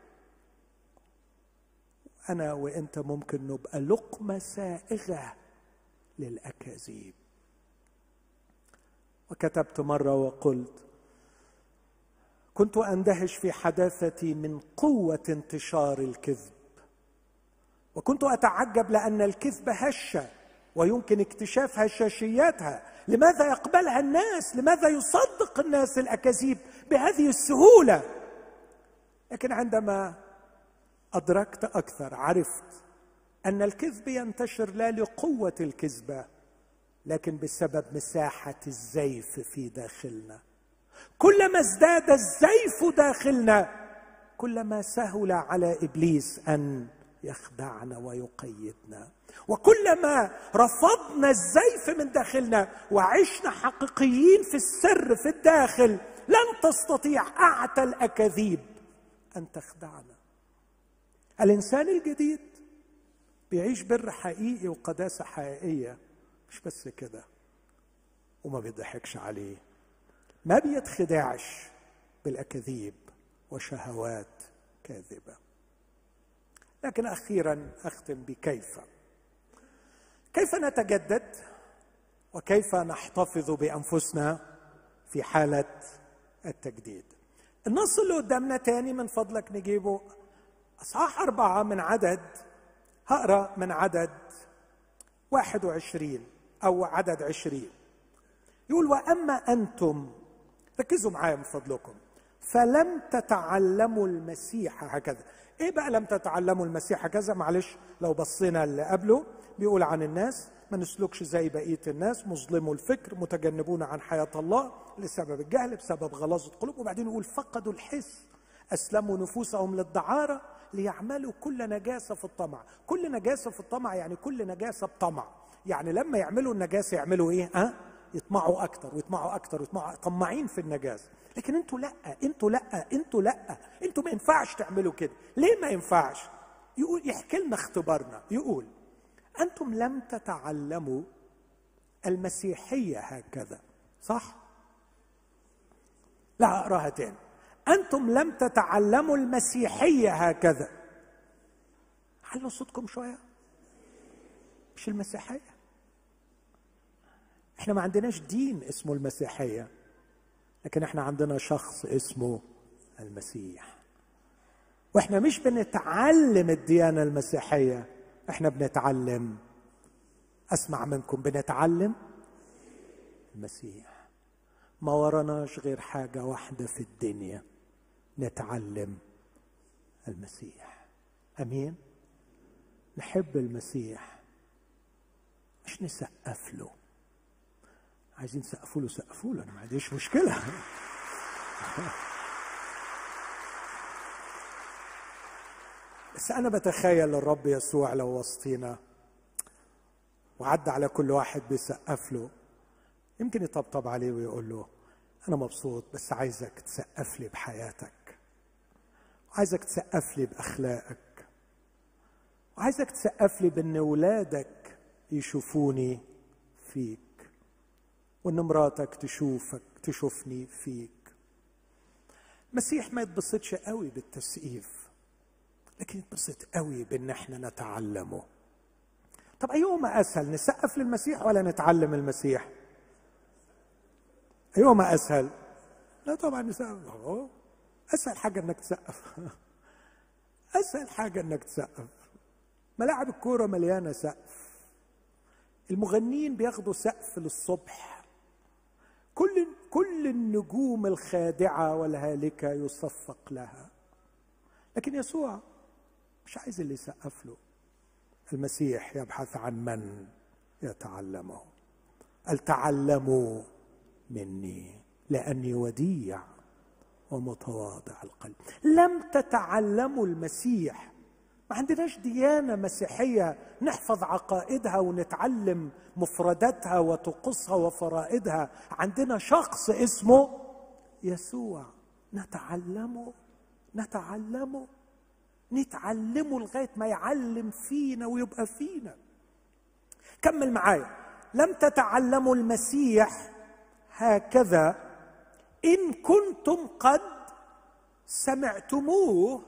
انا وانت ممكن نبقى لقمه سائغه للاكاذيب. وكتبت مره وقلت: كنت اندهش في حداثتي من قوه انتشار الكذب، وكنت اتعجب لان الكذب هشه ويمكن اكتشاف هشاشياتها. لماذا يقبلها الناس؟ لماذا يصدق الناس الأكاذيب بهذه السهولة؟ لكن عندما أدركت أكثر عرفت أن الكذب ينتشر لا لقوة الكذبة، لكن بسبب مساحة الزيف في داخلنا. كلما ازداد الزيف داخلنا كلما سهل على إبليس أن يخدعنا ويقيدنا. وكلما رفضنا الزيف من داخلنا وعشنا حقيقيين في السر في الداخل لن تستطيع أعتى الأكاذيب أن تخدعنا. الإنسان الجديد بيعيش بر حقيقي وقداسة حقيقية، مش بس كده، وما بيضحكش عليه، ما بيتخدعش بالأكاذيب وشهوات كاذبة. لكن أخيرا أختم بكيف نتجدد وكيف نحتفظ بأنفسنا في حالة التجديد. النص اللي قدامنا تاني من فضلك نجيبه، أصحاح 4 من عدد، هقرأ من عدد 21 أو عدد 20. يقول: وأما أنتم، ركزوا معايا من فضلكم، فلم تتعلموا المسيح هكذا. ايه بقى لم تتعلموا المسيح هكذا؟ معلش لو بصينا اللي قبله بيقول عن الناس: ما نسلكش زي بقية الناس، مظلموا الفكر، متجنبون عن حياة الله لسبب الجهل، بسبب غلاظة قلوب. وبعدين يقول: فقدوا الحس، أسلموا نفوسهم للدعارة، ليعملوا كل نجاسة في الطمع. كل نجاسة في الطمع يعني كل نجاسة بطمع، يعني لما يعملوا النجاسة يعملوا ايه؟ يطمعوا أكتر ويطمعوا أكتر ويطمعوا، طماعين في النجاسة. لكن انتوا لا، انتوا ما ينفعش تعملوا كده. ليه ما ينفعش؟ يقول، يحكي لنا اختبارنا، يقول: أنتم لم تتعلموا المسيحية هكذا، صح؟ لا، أقراها تاني. أنتم لم تتعلموا المسيحية هكذا. علوا صوتكم شوية. مش المسيحية. احنا ما عندناش دين اسمه المسيحية، لكن احنا عندنا شخص اسمه المسيح. واحنا مش بنتعلم الديانة المسيحية، احنا بنتعلم، اسمع منكم، بنتعلم المسيح. ما وراناش غير حاجة واحدة في الدنيا، نتعلم المسيح. امين؟ نحب المسيح، مش نسقف له. عايزين سقفوا له سقفوا له، انا ما عنديش مشكلة. بس أنا بتخيل الرب يسوع لو وسطينا وعدى على كل واحد بيسقف له، يمكن يطبطب عليه ويقول له: أنا مبسوط، بس عايزك تسقف لي بحياتك، عايزك تسقف لي بأخلاقك، وعايزك تسقف لي بان ولادك يشوفوني فيك، وان مراتك تشوفني فيك. المسيح ما يتبسطش قوي بالتسقيف، لكن يتبسط قوي بان احنا نتعلمه. طب ايهما اسهل، نسقف للمسيح ولا نتعلم المسيح؟ ايهما اسهل؟ لا طبعا نسقف. اسهل حاجه انك تسقف. اسهل حاجه انك تسقف. ملاعب الكوره مليانه سقف، المغنيين بياخدوا سقف للصبح، كل النجوم الخادعه والهالكه يصفق لها. لكن يسوع مش عايز اللي يسقف له. المسيح يبحث عن من يتعلمه. قال تعلموا مني لأني وديع ومتواضع القلب. لم تتعلموا المسيح. ما عندناش ديانة مسيحية نحفظ عقائدها ونتعلم مفرداتها وطقوسها وفرائدها. عندنا شخص اسمه يسوع نتعلمه لغاية ما يعلم فينا ويبقى فينا. كمل معايا. لم تتعلموا المسيح هكذا إن كنتم قد سمعتموه.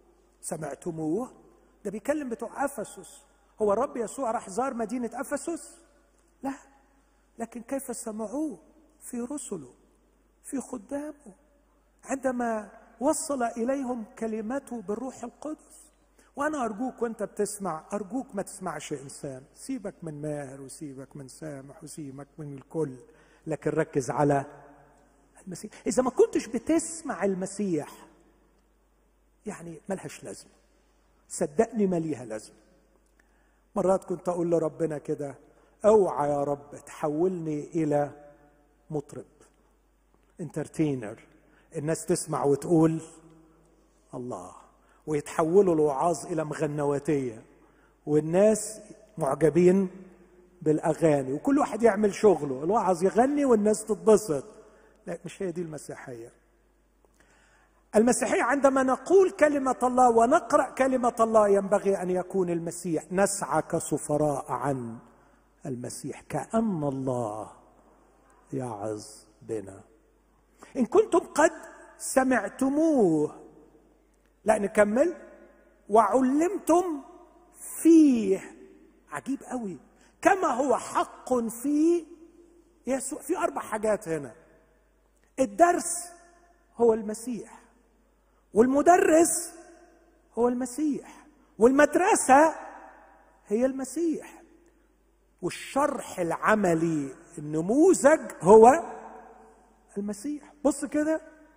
ده بيكلم بتوع أفسس. هو الرب يسوع راح زار مدينة أفسس؟ لا، لكن كيف سمعوه؟ في رسله، في خدامه، عندما وصل إليهم كلمته بالروح القدس. وأنا أرجوك وأنت بتسمع، أرجوك ما تسمعش إنسان. سيبك من ماهر وسيبك من سامح وسيبك من الكل، لكن ركز على المسيح. إذا ما كنتش بتسمع المسيح يعني ملهاش لازمة. صدقني ما ليها لازمة. مرات كنت أقول لربنا كده: أوعى يا رب تحولني إلى مطرب، انترتينر، الناس تسمع وتقول الله، ويتحولوا الوعاظ إلى مغنواتية، والناس معجبين بالأغاني، وكل واحد يعمل شغله، الوعظ يغني والناس تتبسط. لا، مش هي دي المسيحية. المسيحية عندما نقول كلمة الله ونقرأ كلمة الله ينبغي أن يكون المسيح، نسعى كسفراء عن المسيح، كأن الله يعظ بنا. إن كنتم قد سمعتموه، لا نكمل، وعلمتم فيه. عجيب قوي، كما هو حق في يسوع. في 4 حاجات هنا. الدرس هو المسيح، والمدرس هو المسيح، والمدرسة هي المسيح، والشرح العملي النموذج هو المسيح. بص كده،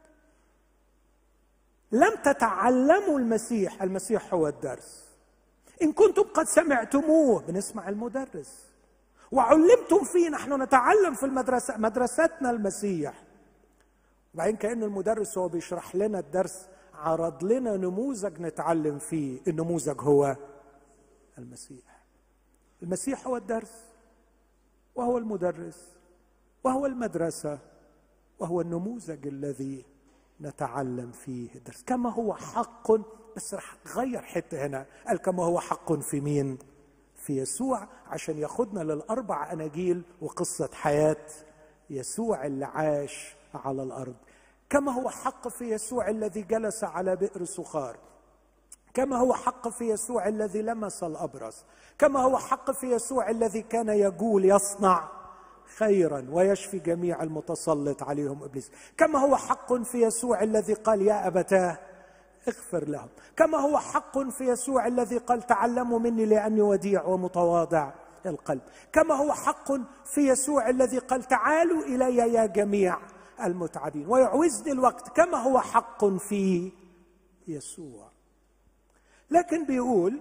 لم تتعلموا المسيح، المسيح هو الدرس. إن كنتم قد سمعتموه، بنسمع المدرس، وعلمتم فيه، نحن نتعلم في المدرسة، مدرستنا المسيح. وبعدين كأن المدرس هو بيشرح لنا الدرس عرض لنا نموذج نتعلم فيه. النموذج هو المسيح. المسيح هو الدرس، وهو المدرس، وهو المدرسة، وهو النموذج الذي نتعلم فيه الدرس. كما هو حق، بس رح غير حتة هنا، قال كما هو حق في مين؟ في يسوع، عشان ياخدنا لل4 أناجيل وقصة حياة يسوع اللي عاش على الأرض. كما هو حق في يسوع الذي جلس على بئر سخار، كما هو حق في يسوع الذي لمس الأبرص، كما هو حق في يسوع الذي كان يقول يصنع خيرا ويشفي جميع المتسلط عليهم إبليس، كما هو حق في يسوع الذي قال يا أبتاه اغفر لهم، كما هو حق في يسوع الذي قال تعلموا مني لأني وديع ومتواضع القلب، كما هو حق في يسوع الذي قال تعالوا إلي يا جميع المتعبين ويعوزني الوقت، كما هو حق في يسوع. لكن بيقول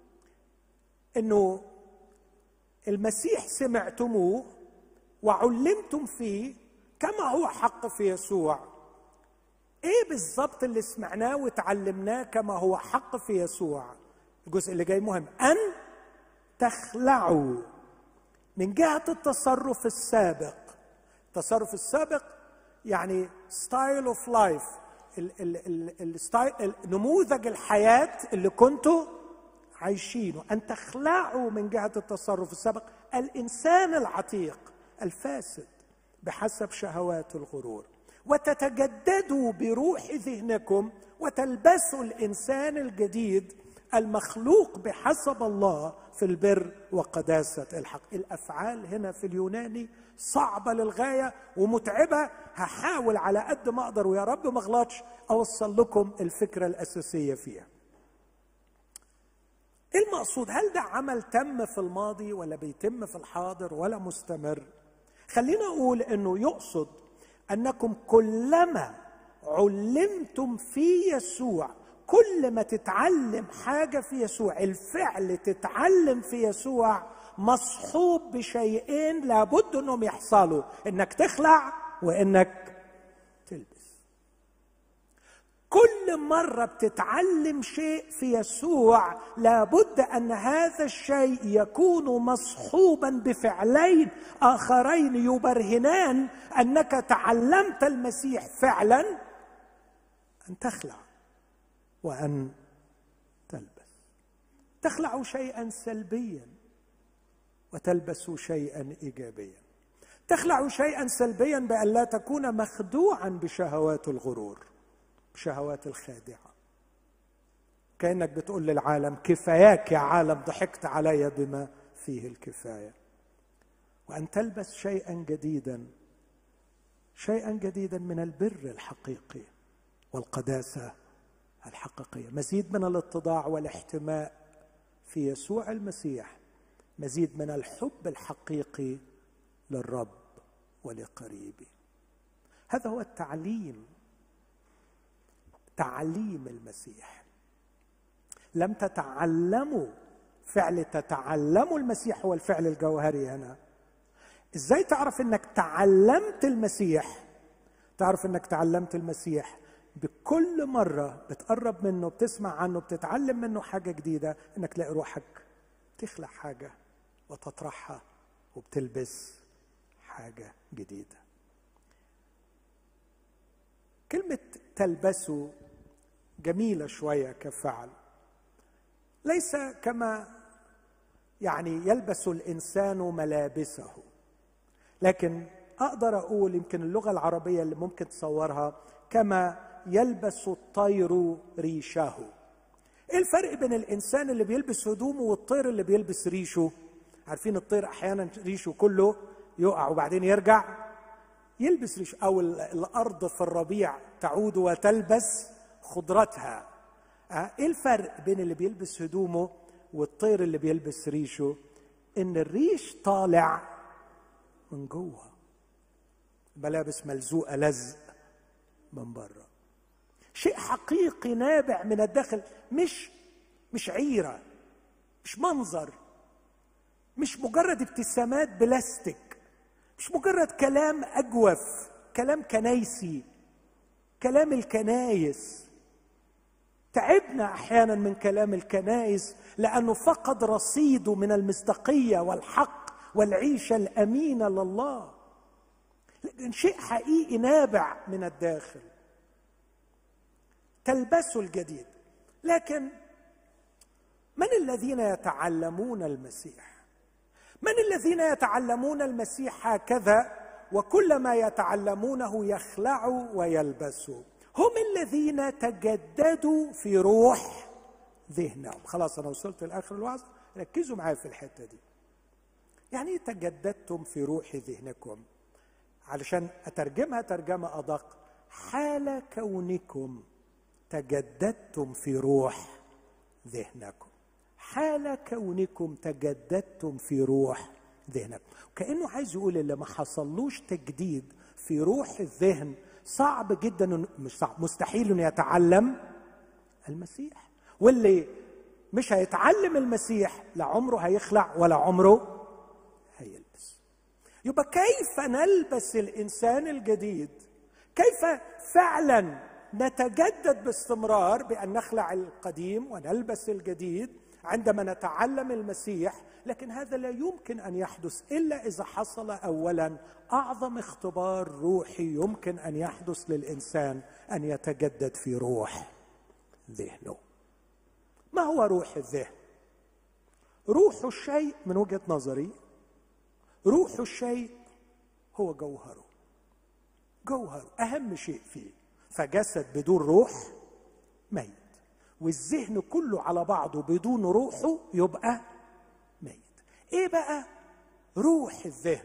إنه المسيح سمعتموه وعلمتم فيه كما هو حق في يسوع. ايه بالضبط اللي سمعناه وتعلمناه كما هو حق في يسوع؟ الجزء اللي جاي مهم. ان تخلعوا من جهة التصرف السابق. التصرف السابق يعني ستايل اوف لايف، نموذج الحياة اللي كنتوا عايشينه، أن تخلعوا من جهة التصرف السابق الإنسان العتيق الفاسد بحسب شهوات الغرور، وتتجددوا بروح ذهنكم وتلبسوا الإنسان الجديد المخلوق بحسب الله في البر وقداسة الحق. الأفعال هنا في اليوناني صعبة للغاية ومتعبة، هحاول على قد ما أقدر ويا رب ما أغلطش أوصل لكم الفكرة الأساسية فيها. إيه المقصود؟ هل ده عمل تم في الماضي ولا بيتم في الحاضر ولا مستمر؟ خلينا أقول إنه يقصد أنكم كلما علمتم في يسوع، كل ما تتعلم حاجة في يسوع، الفعل تتعلم في يسوع مصحوب بشيئين لابد أنهم يحصلوا، إنك تخلع وإنك تلبس. كل مرة بتتعلم شيء في يسوع لابد أن هذا الشيء يكون مصحوبا بفعلين آخرين يبرهنان أنك تعلمت المسيح فعلا، أن تخلع وأن تلبس. تخلع شيئا سلبيا وتلبس شيئا إيجابيا. تخلع شيئا سلبيا بأن لا تكون مخدوعا بشهوات الغرور، بشهوات الخادعة، كأنك بتقول للعالم كفاياك يا عالم، ضحكت علي بما فيه الكفاية. وأن تلبس شيئا جديدا، شيئا جديدا من البر الحقيقي والقداسة الحقيقية، مزيد من الاتضاع والاحتماء في يسوع المسيح، مزيد من الحب الحقيقي للرب ولقريبه. هذا هو التعليم، تعليم المسيح. لم تتعلموا فعل، تتعلموا المسيح هو الفعل الجوهري هنا. ازاي تعرف انك تعلمت المسيح؟ تعرف انك تعلمت المسيح بكل مرة بتقرب منه، بتسمع عنه، بتتعلم منه حاجة جديدة، انك تلاقي روحك تخلع حاجة وتطرحها وبتلبس حاجة جديدة. كلمة تلبسوا جميلة شوية كفعل، ليس كما يلبس الإنسان ملابسه، لكن أقدر أقول يمكن اللغة العربية اللي ممكن تصورها كما يلبس الطير ريشه. إيه الفرق بين الإنسان اللي بيلبس هدومه والطير اللي بيلبس ريشه؟ عارفين الطير أحيانا ريشه كله يقع وبعدين يرجع يلبس ريشه، أو الأرض في الربيع تعود وتلبس خضرتها. إيه الفرق بين اللي بيلبس هدومه والطير اللي بيلبس ريشه؟ إن الريش طالع من جوه، ملابس ملزوقة لزق من بره، شيء حقيقي نابع من الداخل، مش عيرة، مش منظر، مش مجرد ابتسامات بلاستيك، مش مجرد كلام أجوف، كلام كنايسي، كلام الكنايس. تعبنا أحيانا من كلام الكنايس لأنه فقد رصيده من المصداقية والحق والعيشة الأمينة لله، لكن شيء حقيقي نابع من الداخل. تلبسوا الجديد. لكن من الذين يتعلمون المسيح؟ من الذين يتعلمون المسيح هكذا وكل ما يتعلمونه يخلعوا ويلبسوا؟ هم الذين تجددوا في روح ذهنهم. خلاص أنا وصلت لآخر الوعظ، ركزوا معايا في الحتة دي. يعني تجددتم في روح ذهنكم، علشان أترجمها ترجمة أدق، حال كونكم تجددتم في روح ذهنكم. حال كونكم تجددتم في روح ذهنكم. كأنه عايز يقول اللي ما حصلوش تجديد في روح الذهن صعب جدا، مش صعب، مستحيل انه يتعلم المسيح. واللي مش هيتعلم المسيح لا عمره هيخلع ولا عمره هيلبس. يبقى كيف نلبس الإنسان الجديد؟ كيف فعلا نتجدد باستمرار بأن نخلع القديم ونلبس الجديد عندما نتعلم المسيح؟ لكن هذا لا يمكن أن يحدث إلا إذا حصل أولا أعظم اختبار روحي يمكن أن يحدث للإنسان، أن يتجدد في روح ذهنه. ما هو روح الذهن؟ روح الشيء من وجهة نظري، روح الشيء هو جوهره. جوهره أهم شيء فيه. فجسد بدون روح ميت، والذهن كله على بعضه بدون روحه يبقى ميت. ايه بقى روح الذهن؟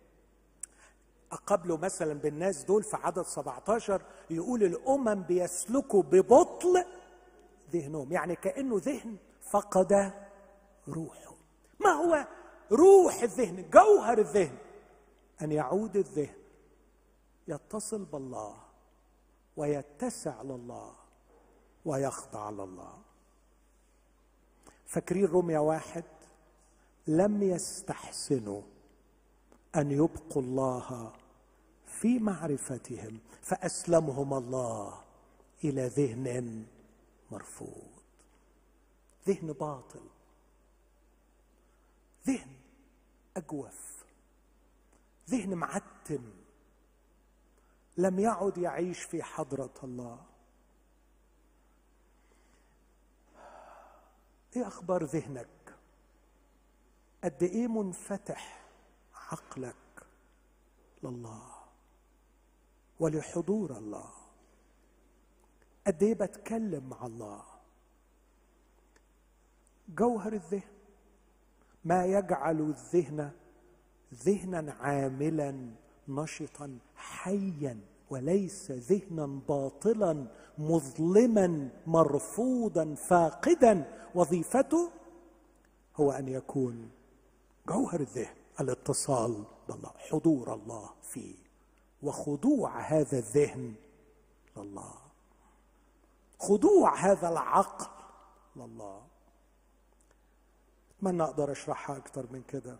قبله مثلا بالناس دول في عدد 17 يقول الأمم بيسلكوا ببطل ذهنهم، يعني كأنه ذهن فقد روحه. ما هو روح الذهن؟ جوهر الذهن أن يعود الذهن يتصل بالله ويتسع لله ويخضع لله. فاكرين روميا 1؟ لم يستحسنوا أن يبقوا الله في معرفتهم فأسلمهم الله إلى ذهن مرفوض. ذهن باطل، ذهن أجوف، ذهن معتم، لم يعد يعيش في حضرة الله. ايه اخبار ذهنك؟ قد ايه منفتح عقلك لله ولحضور الله؟ قد ايه بتكلم مع الله؟ جوهر الذهن ما يجعل الذهن ذهنا عاملا نشطا حيا، وليس ذهنا باطلا مظلما مرفوضا فاقدا وظيفته، هو ان يكون جوهر الذهن الاتصال بالله، حضور الله فيه، وخضوع هذا الذهن لله، خضوع هذا العقل لله. اتمنى اقدر اشرحها اكتر من كده.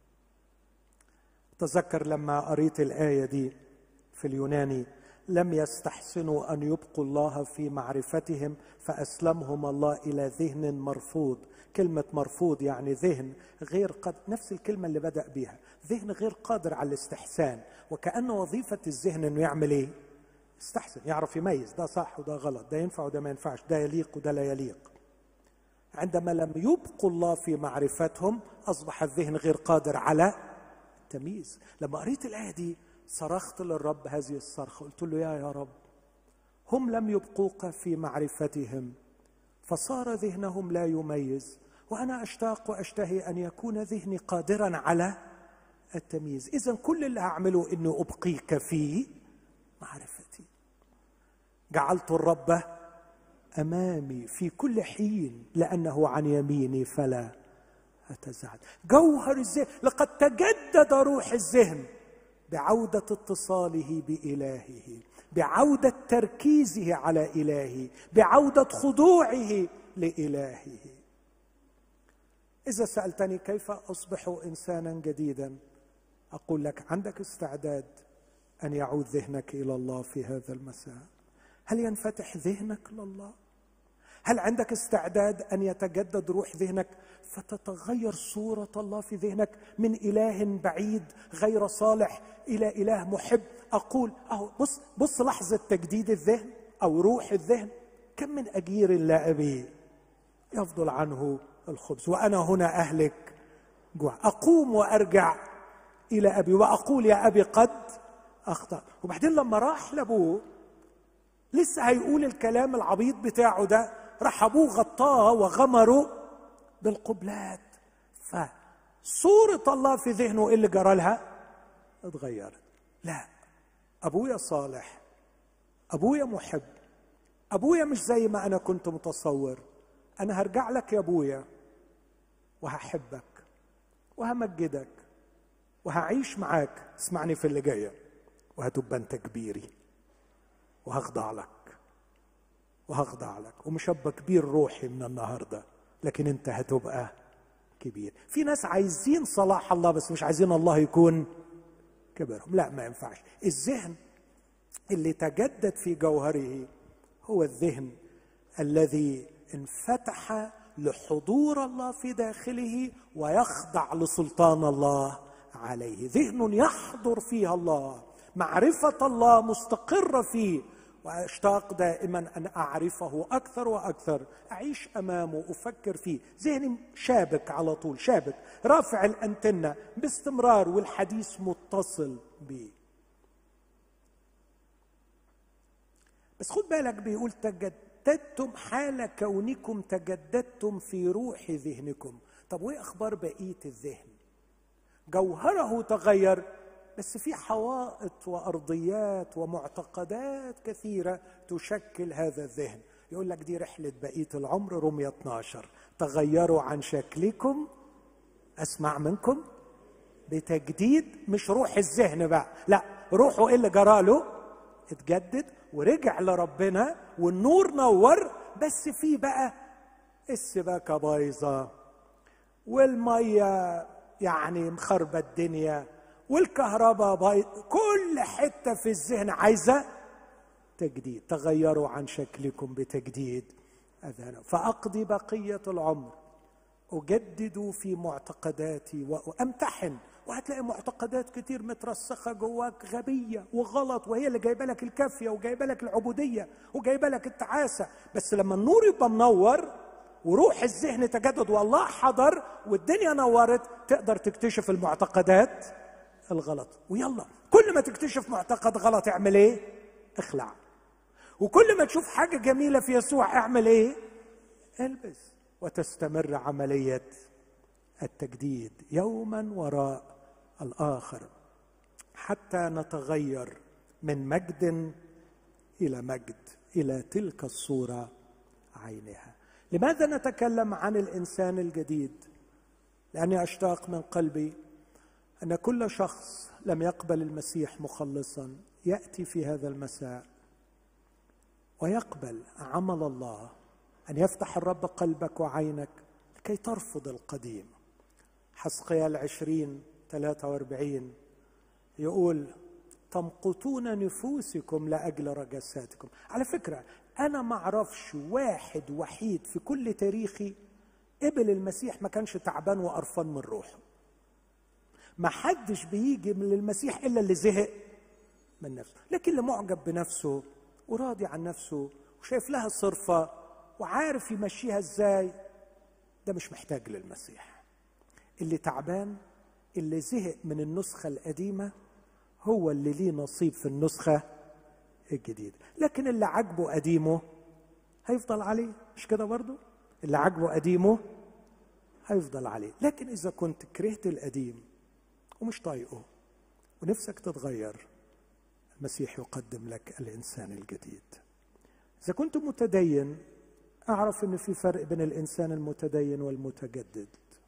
تذكر لما قريت الآية دي في اليوناني، لم يستحسنوا أن يبقوا الله في معرفتهم فأسلمهم الله إلى ذهن مرفوض. كلمة مرفوض يعني ذهن غير قادر، نفس الكلمة اللي بدأ بيها، ذهن غير قادر على الاستحسان. وكأن وظيفة الذهن أنه يعمل إيه؟ يستحسن، يعرف يميز ده صح وده غلط، ده ينفع وده ما ينفعش، ده يليق وده لا يليق. عندما لم يبقوا الله في معرفتهم أصبح الذهن غير قادر على التمييز. لما قريت الآية دي صرخت للرب هذه الصرخة، قلت له يا رب، هم لم يبقوك في معرفتهم فصار ذهنهم لا يميز، وأنا أشتاق وأشتهي أن يكون ذهني قادرا على التمييز. إذن كل اللي هعمله أنه أبقيك في معرفتي. جعلت الرب أمامي في كل حين لأنه عن يميني فلا أتزعل. جوهر الذهن، لقد تجدد روح الذهن بعودة اتصاله بإلهه، بعودة تركيزه على إلهه، بعودة خضوعه لإلهه. إذا سألتني كيف أصبح إنسانا جديدا، أقول لك عندك استعداد أن يعود ذهنك إلى الله في هذا المساء؟ هل ينفتح ذهنك لله؟ هل عندك استعداد أن يتجدد روح ذهنك فتتغير صورة الله في ذهنك من إله بعيد غير صالح إلى إله محب؟ أقول بص لحظة تجديد الذهن أو روح الذهن. كم من أجير لا أبي يفضل عنه الخبز وأنا هنا أهلك جوع. أقوم وأرجع إلى أبي وأقول يا أبي قد أخطأ. وبعدين لما راح لأبوه لسه هيقول الكلام العبيط بتاعه ده، راح أبوه غطاه وغمره بالقبلات. فصورة الله في ذهنه اللي جرى لها اتغيرت. لا، أبويا صالح، أبويا محب، أبويا مش زي ما أنا كنت متصور. أنا هرجع لك يا أبويا وهحبك وهمجدك وهعيش معاك. اسمعني في اللي جاية، وهتبقى أنت كبيري وهخضع لك وهخضع لك، ومش هبقى كبير روحي من النهارده، لكن انت هتبقى كبير. في ناس عايزين صلاح الله بس مش عايزين الله يكون كبرهم. لا، ما ينفعش. الذهن اللي تجدد في جوهره هو الذهن الذي انفتح لحضور الله في داخله ويخضع لسلطان الله عليه. ذهن يحضر فيها الله، معرفة الله مستقرة فيه، وأشتاق دائما أن أعرفه أكثر وأكثر، أعيش أمامه، أفكر فيه، ذهني شابك على طول، شابك، رافع الأنتنة باستمرار والحديث متصل به. بس خد بالك بيقول تجددتم، حال كونكم تجددتم في روح ذهنكم. طب وإيه أخبار بقية الذهن؟ جوهره تغير، بس في حوائط وأرضيات ومعتقدات كثيرة تشكل هذا الذهن. يقول لك دي رحلة بقية العمر، رمية 12، تغيروا عن شكلكم، أسمع منكم، بتجديد. مش روح الذهن بقى، لا، روحه إيه اللي جراله؟ اتجدد ورجع لربنا والنور نور، بس في بقى السباكة بايظة والمية يعني مخربة الدنيا والكهرباء بايظة، كل حتة في الذهن عايزة تجديد. تغيروا عن شكلكم بتجديد أذهانكم فأقضي بقية العمر أجدد في معتقداتي وأمتحن. وهتلاقي معتقدات كتير مترسخة جواك غبية وغلط، وهي اللي جايبه لك الكافية وجايبه لك العبودية وجايبه لك التعاسة. بس لما النور يبقى منور وروح الذهن تجدد والله حضر والدنيا نورت، تقدر تكتشف المعتقدات الغلط. ويلا كل ما تكتشف معتقد غلط اعمل ايه؟ اخلع. وكل ما تشوف حاجة جميلة في يسوع اعمل ايه؟ البس. وتستمر عملية التجديد يوما وراء الآخر حتى نتغير من مجد إلى مجد، إلى تلك الصورة عينها. لماذا نتكلم عن الإنسان الجديد؟ لأني أشتاق من قلبي أن كل شخص لم يقبل المسيح مخلصا يأتي في هذا المساء ويقبل عمل الله، أن يفتح الرب قلبك وعينك لكي ترفض القديم. حزقيال 20:43 يقول تمقتون نفوسكم لأجل رجساتكم. على فكرة أنا ما أعرفش واحد وحيد في كل تاريخي قبل المسيح ما كانش تعبان وقرفان من روحه. ما حدش بيجي من المسيح إلا اللي زهق من نفسه، لكن اللي معجب بنفسه وراضي عن نفسه وشايف لها صرفة وعارف يمشيها ازاي، ده مش محتاج للمسيح. اللي تعبان، اللي زهق من النسخة القديمة، هو اللي ليه نصيب في النسخة الجديدة. لكن اللي عجبه قديمه هيفضل عليه، مش كده برضو؟ اللي عجبه قديمه هيفضل عليه. لكن إذا كنت كرهت القديم ومش طايقه ونفسك تتغير، المسيح يقدم لك الإنسان الجديد. إذا كنت متدين، أعرف أن في فرق بين الإنسان المتدين والمتجدد.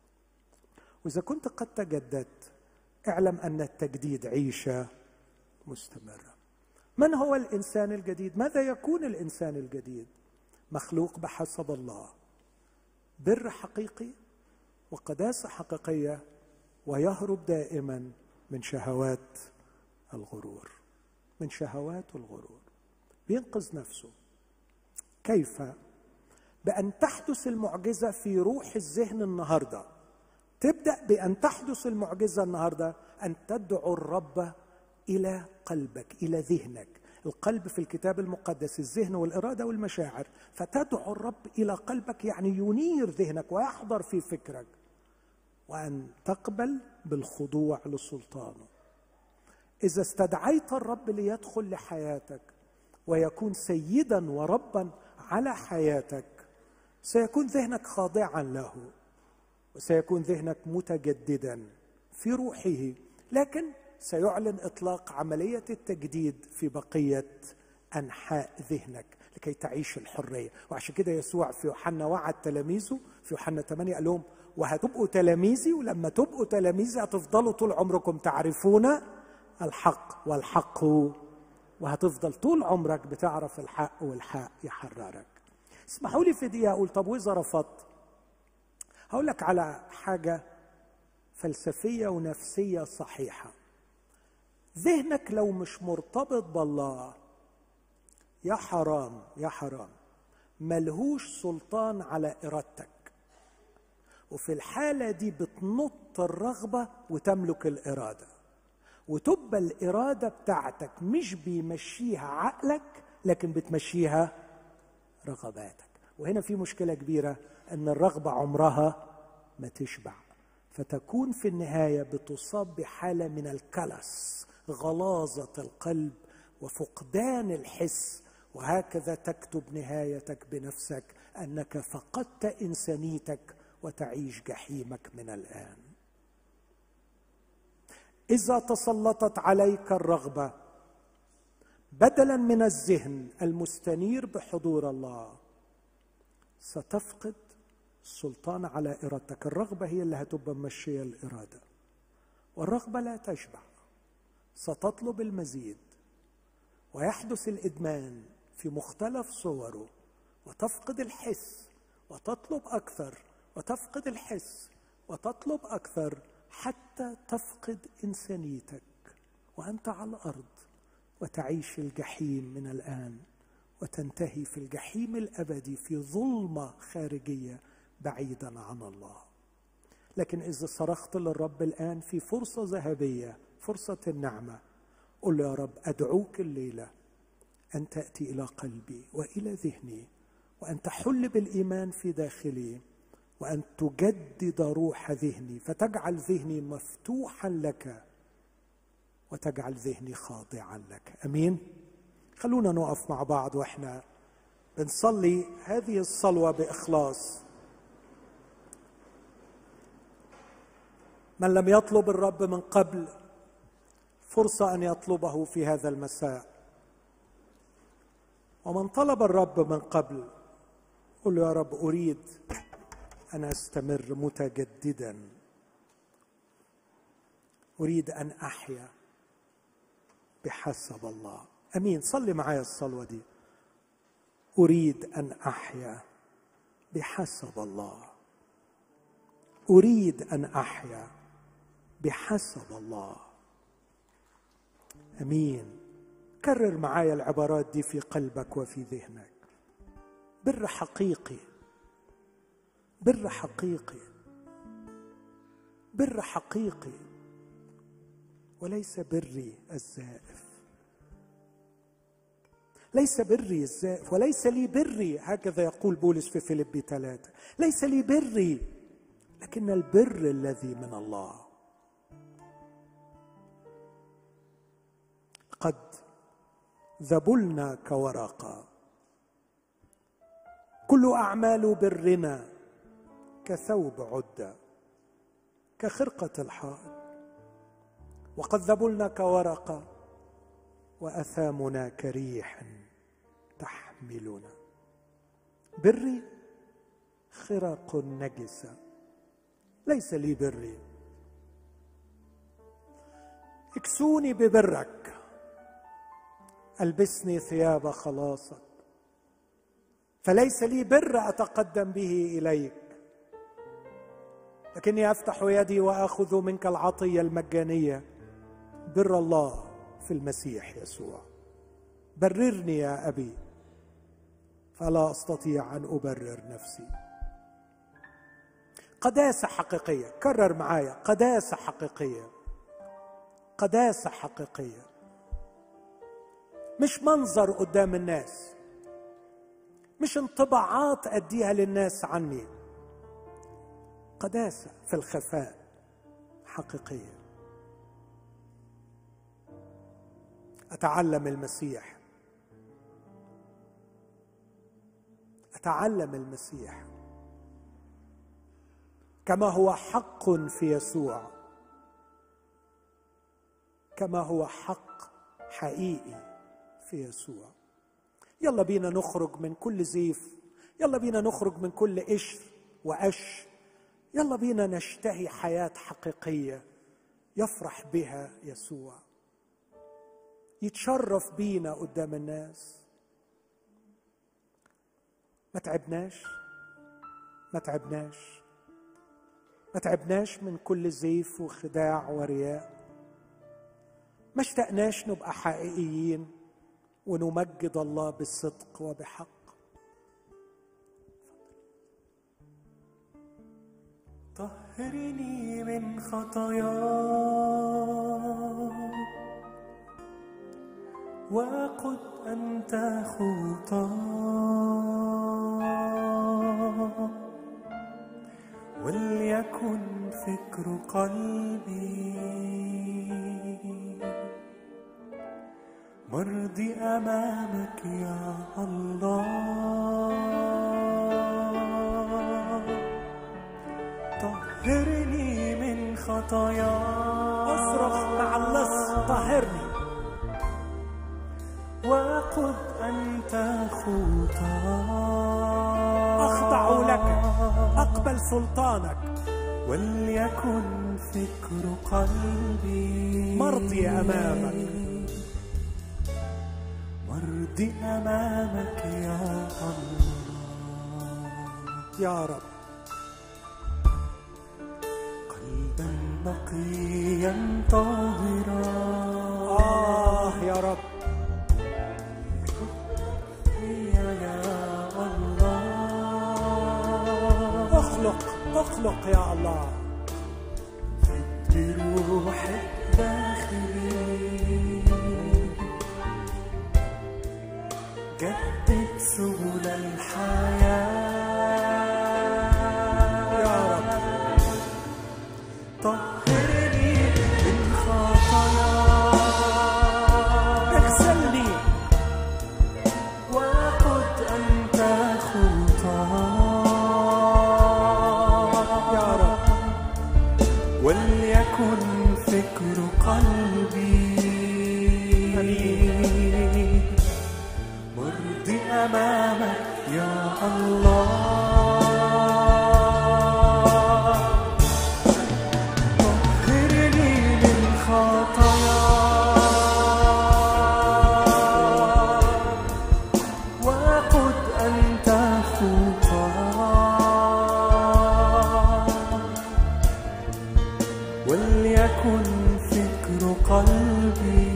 وإذا كنت قد تجددت، اعلم أن التجديد عيشة مستمرة. من هو الإنسان الجديد؟ ماذا يكون الإنسان الجديد؟ مخلوق بحسب الله، بر حقيقي وقداسة حقيقية، ويهرب دائما من شهوات الغرور، من شهوات الغرور. بينقذ نفسه. كيف؟ بأن تحدث المعجزة في روح الذهن النهاردة. تبدأ بأن تحدث المعجزة النهاردة، أن تدعو الرب إلى قلبك، إلى ذهنك. القلب في الكتاب المقدس الذهن والإرادة والمشاعر، فتدعو الرب إلى قلبك يعني ينير ذهنك ويحضر في فكرك، وأن تقبل بالخضوع لسلطانه. إذا استدعيت الرب ليدخل لحياتك ويكون سيدا وربا على حياتك، سيكون ذهنك خاضعا له، وسيكون ذهنك متجددا في روحه، لكن سيعلن إطلاق عملية التجديد في بقية أنحاء ذهنك لكي تعيش الحرية. وعشان كده يسوع في يوحنا وعد تلاميذه في يوحنا 8 قال لهم وهتبقوا تلاميذي، ولما تبقوا تلاميذي هتفضلوا طول عمركم تعرفون الحق والحق، وهتفضل طول عمرك بتعرف الحق والحق يحررك. اسمحوا لي في دقيقة أقول طب وإذا رفضت؟ هقول لك على حاجة فلسفية ونفسية صحيحة. ذهنك لو مش مرتبط بالله، يا حرام يا حرام، ملهوش سلطان على إرادتك. وفي الحالة دي بتنط الرغبة وتملك الإرادة، وتبقى الإرادة بتاعتك مش بيمشيها عقلك لكن بتمشيها رغباتك. وهنا في مشكلة كبيرة، أن الرغبة عمرها ما تشبع، فتكون في النهاية بتصاب بحالة من الكلس، غلاظة القلب وفقدان الحس، وهكذا تكتب نهايتك بنفسك أنك فقدت إنسانيتك وتعيش جحيمك من الآن. إذا تسلطت عليك الرغبة بدلا من الذهن المستنير بحضور الله، ستفقد السلطان على إرادتك. الرغبة هي اللي هتبقى ممشية الإرادة، والرغبة لا تشبع، ستطلب المزيد، ويحدث الإدمان في مختلف صوره، وتفقد الحس وتطلب أكثر، وتفقد الحس وتطلب أكثر، حتى تفقد إنسانيتك وأنت على الأرض، وتعيش الجحيم من الآن، وتنتهي في الجحيم الأبدي في ظلمة خارجية بعيدا عن الله. لكن إذا صرخت للرب الآن في فرصة ذهبية، فرصة النعمة، قل يا رب أدعوك الليلة أن تأتي إلى قلبي وإلى ذهني، وأن تحل بالإيمان في داخلي، وأن تجدد روح ذهني، فتجعل ذهني مفتوحا لك، وتجعل ذهني خاضعا لك. أمين. خلونا نقف مع بعض وإحنا بنصلي هذه الصلوة بإخلاص. من لم يطلب الرب من قبل، فرصة أن يطلبه في هذا المساء. ومن طلب الرب من قبل، قل له يا رب أريد أن أستمر متجددا، أريد أن أحيا بحسب الله. أمين. صلي معايا الصلوة دي. أريد أن أحيا بحسب الله، أريد أن أحيا بحسب الله. أمين. كرر معايا العبارات دي في قلبك وفي ذهنك. بر حقيقي، بر حقيقي، بر حقيقي، وليس بري الزائف، ليس بري الزائف، وليس لي بري، هكذا يقول بولس في فيليبي 3، ليس لي بري لكن البر الذي من الله. قد ذبلنا كورقة، كل أعمال برنا كثوب عدة، كخرقة الحائط، وقد ذبلنا كورقة وأثامنا كريح تحملنا. بري خرق نجسة، ليس لي بري. اكسوني ببرك، ألبسني ثياب خلاصك، فليس لي بر أتقدم به إليك، لكني أفتح يدي وأخذ منك العطية المجانية، بر الله في المسيح يسوع. بررني يا أبي فلا أستطيع أن أبرر نفسي. قداسة حقيقية. كرر معايا. قداسة حقيقية، قداسة حقيقية، مش منظر قدام الناس، مش انطباعات أديها للناس عني. قداسة في الخفاء حقيقية. أتعلم المسيح، أتعلم المسيح كما هو حق في يسوع، كما هو حق حقيقي في يسوع. يلا بينا نخرج من كل زيف، يلا بينا نخرج من كل قشر وقش، يلا بينا نشتهي حياة حقيقية يفرح بها يسوع، يتشرف بينا قدام الناس. ما تعبناش، ما تعبناش، ما تعبناش من كل زيف وخداع ورياء. ما اشتقناش نبقى حقيقيين ونمجد الله بالصدق وبحق. طهرني من خطاياي وقد أنت خطاي وليكن فكر قلبي مرضي أمامك يا الله. طهرني من خطاياي، اصرخ مع اللص طهرني، وقد أنت خطاي أخضع لك، أقبل سلطانك، وليكن فكر قلبي مرضي أمامك، مرضي أمامك يا الله. يا رب قلبا نقيا طاهرا، يا رب اخلق يا الله بروح الداخلي، جدد سبل الحياة يا رب. طهرني من خطاياي، اغسلني وقد أنت خطاي وليكن فكر قلبي مرضي أمامك يا الله. طهرني من خطاياي وقد أنت خطاي وليكن فكر قلبي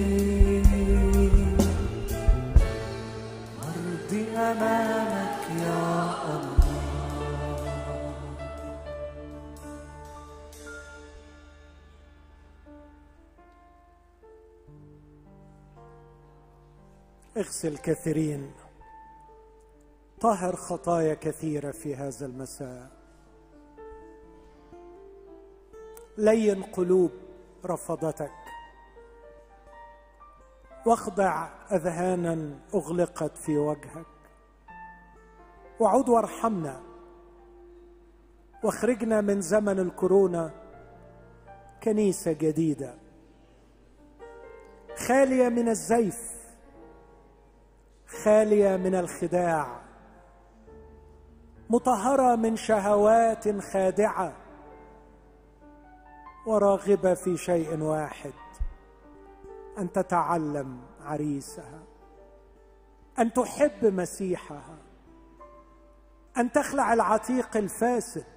مرضي أمامك يا الله. اغسل كثيرين، طهر خطايا كثيرة في هذا المساء، لين قلوب رفضتك، واخضع أذهانا أغلقت في وجهك، وعد وارحمنا واخرجنا من زمن الكورونا كنيسة جديدة خالية من الزيف، خالية من الخداع، مطهرة من شهوات خادعة، وراغبة في شيء واحد، أن تتعلم عريسها، أن تحب مسيحها، أن تخلع العتيق الفاسد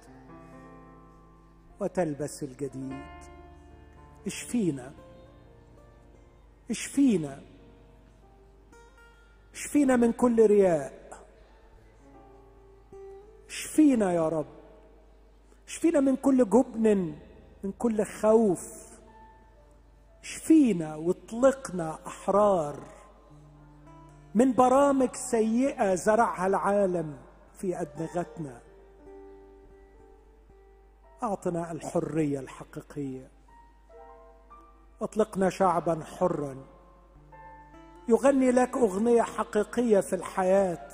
وتلبس الجديد. اشفينا اشفينا اشفينا من كل رياء، اشفينا يا رب، اشفينا من كل جبن، من كل خوف، اشفينا واطلقنا أحرار من برامج سيئة زرعها العالم في أدمغتنا. أعطنا الحرية الحقيقية، اطلقنا شعبا حرا يغني لك أغنية حقيقية في الحياة،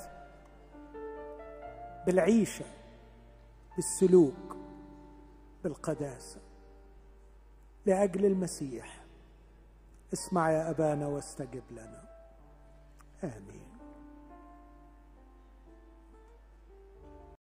بالعيشة، بالسلوك، بالقداسة، لأجل المسيح. اسمع يا أبانا واستجب لنا. آمين.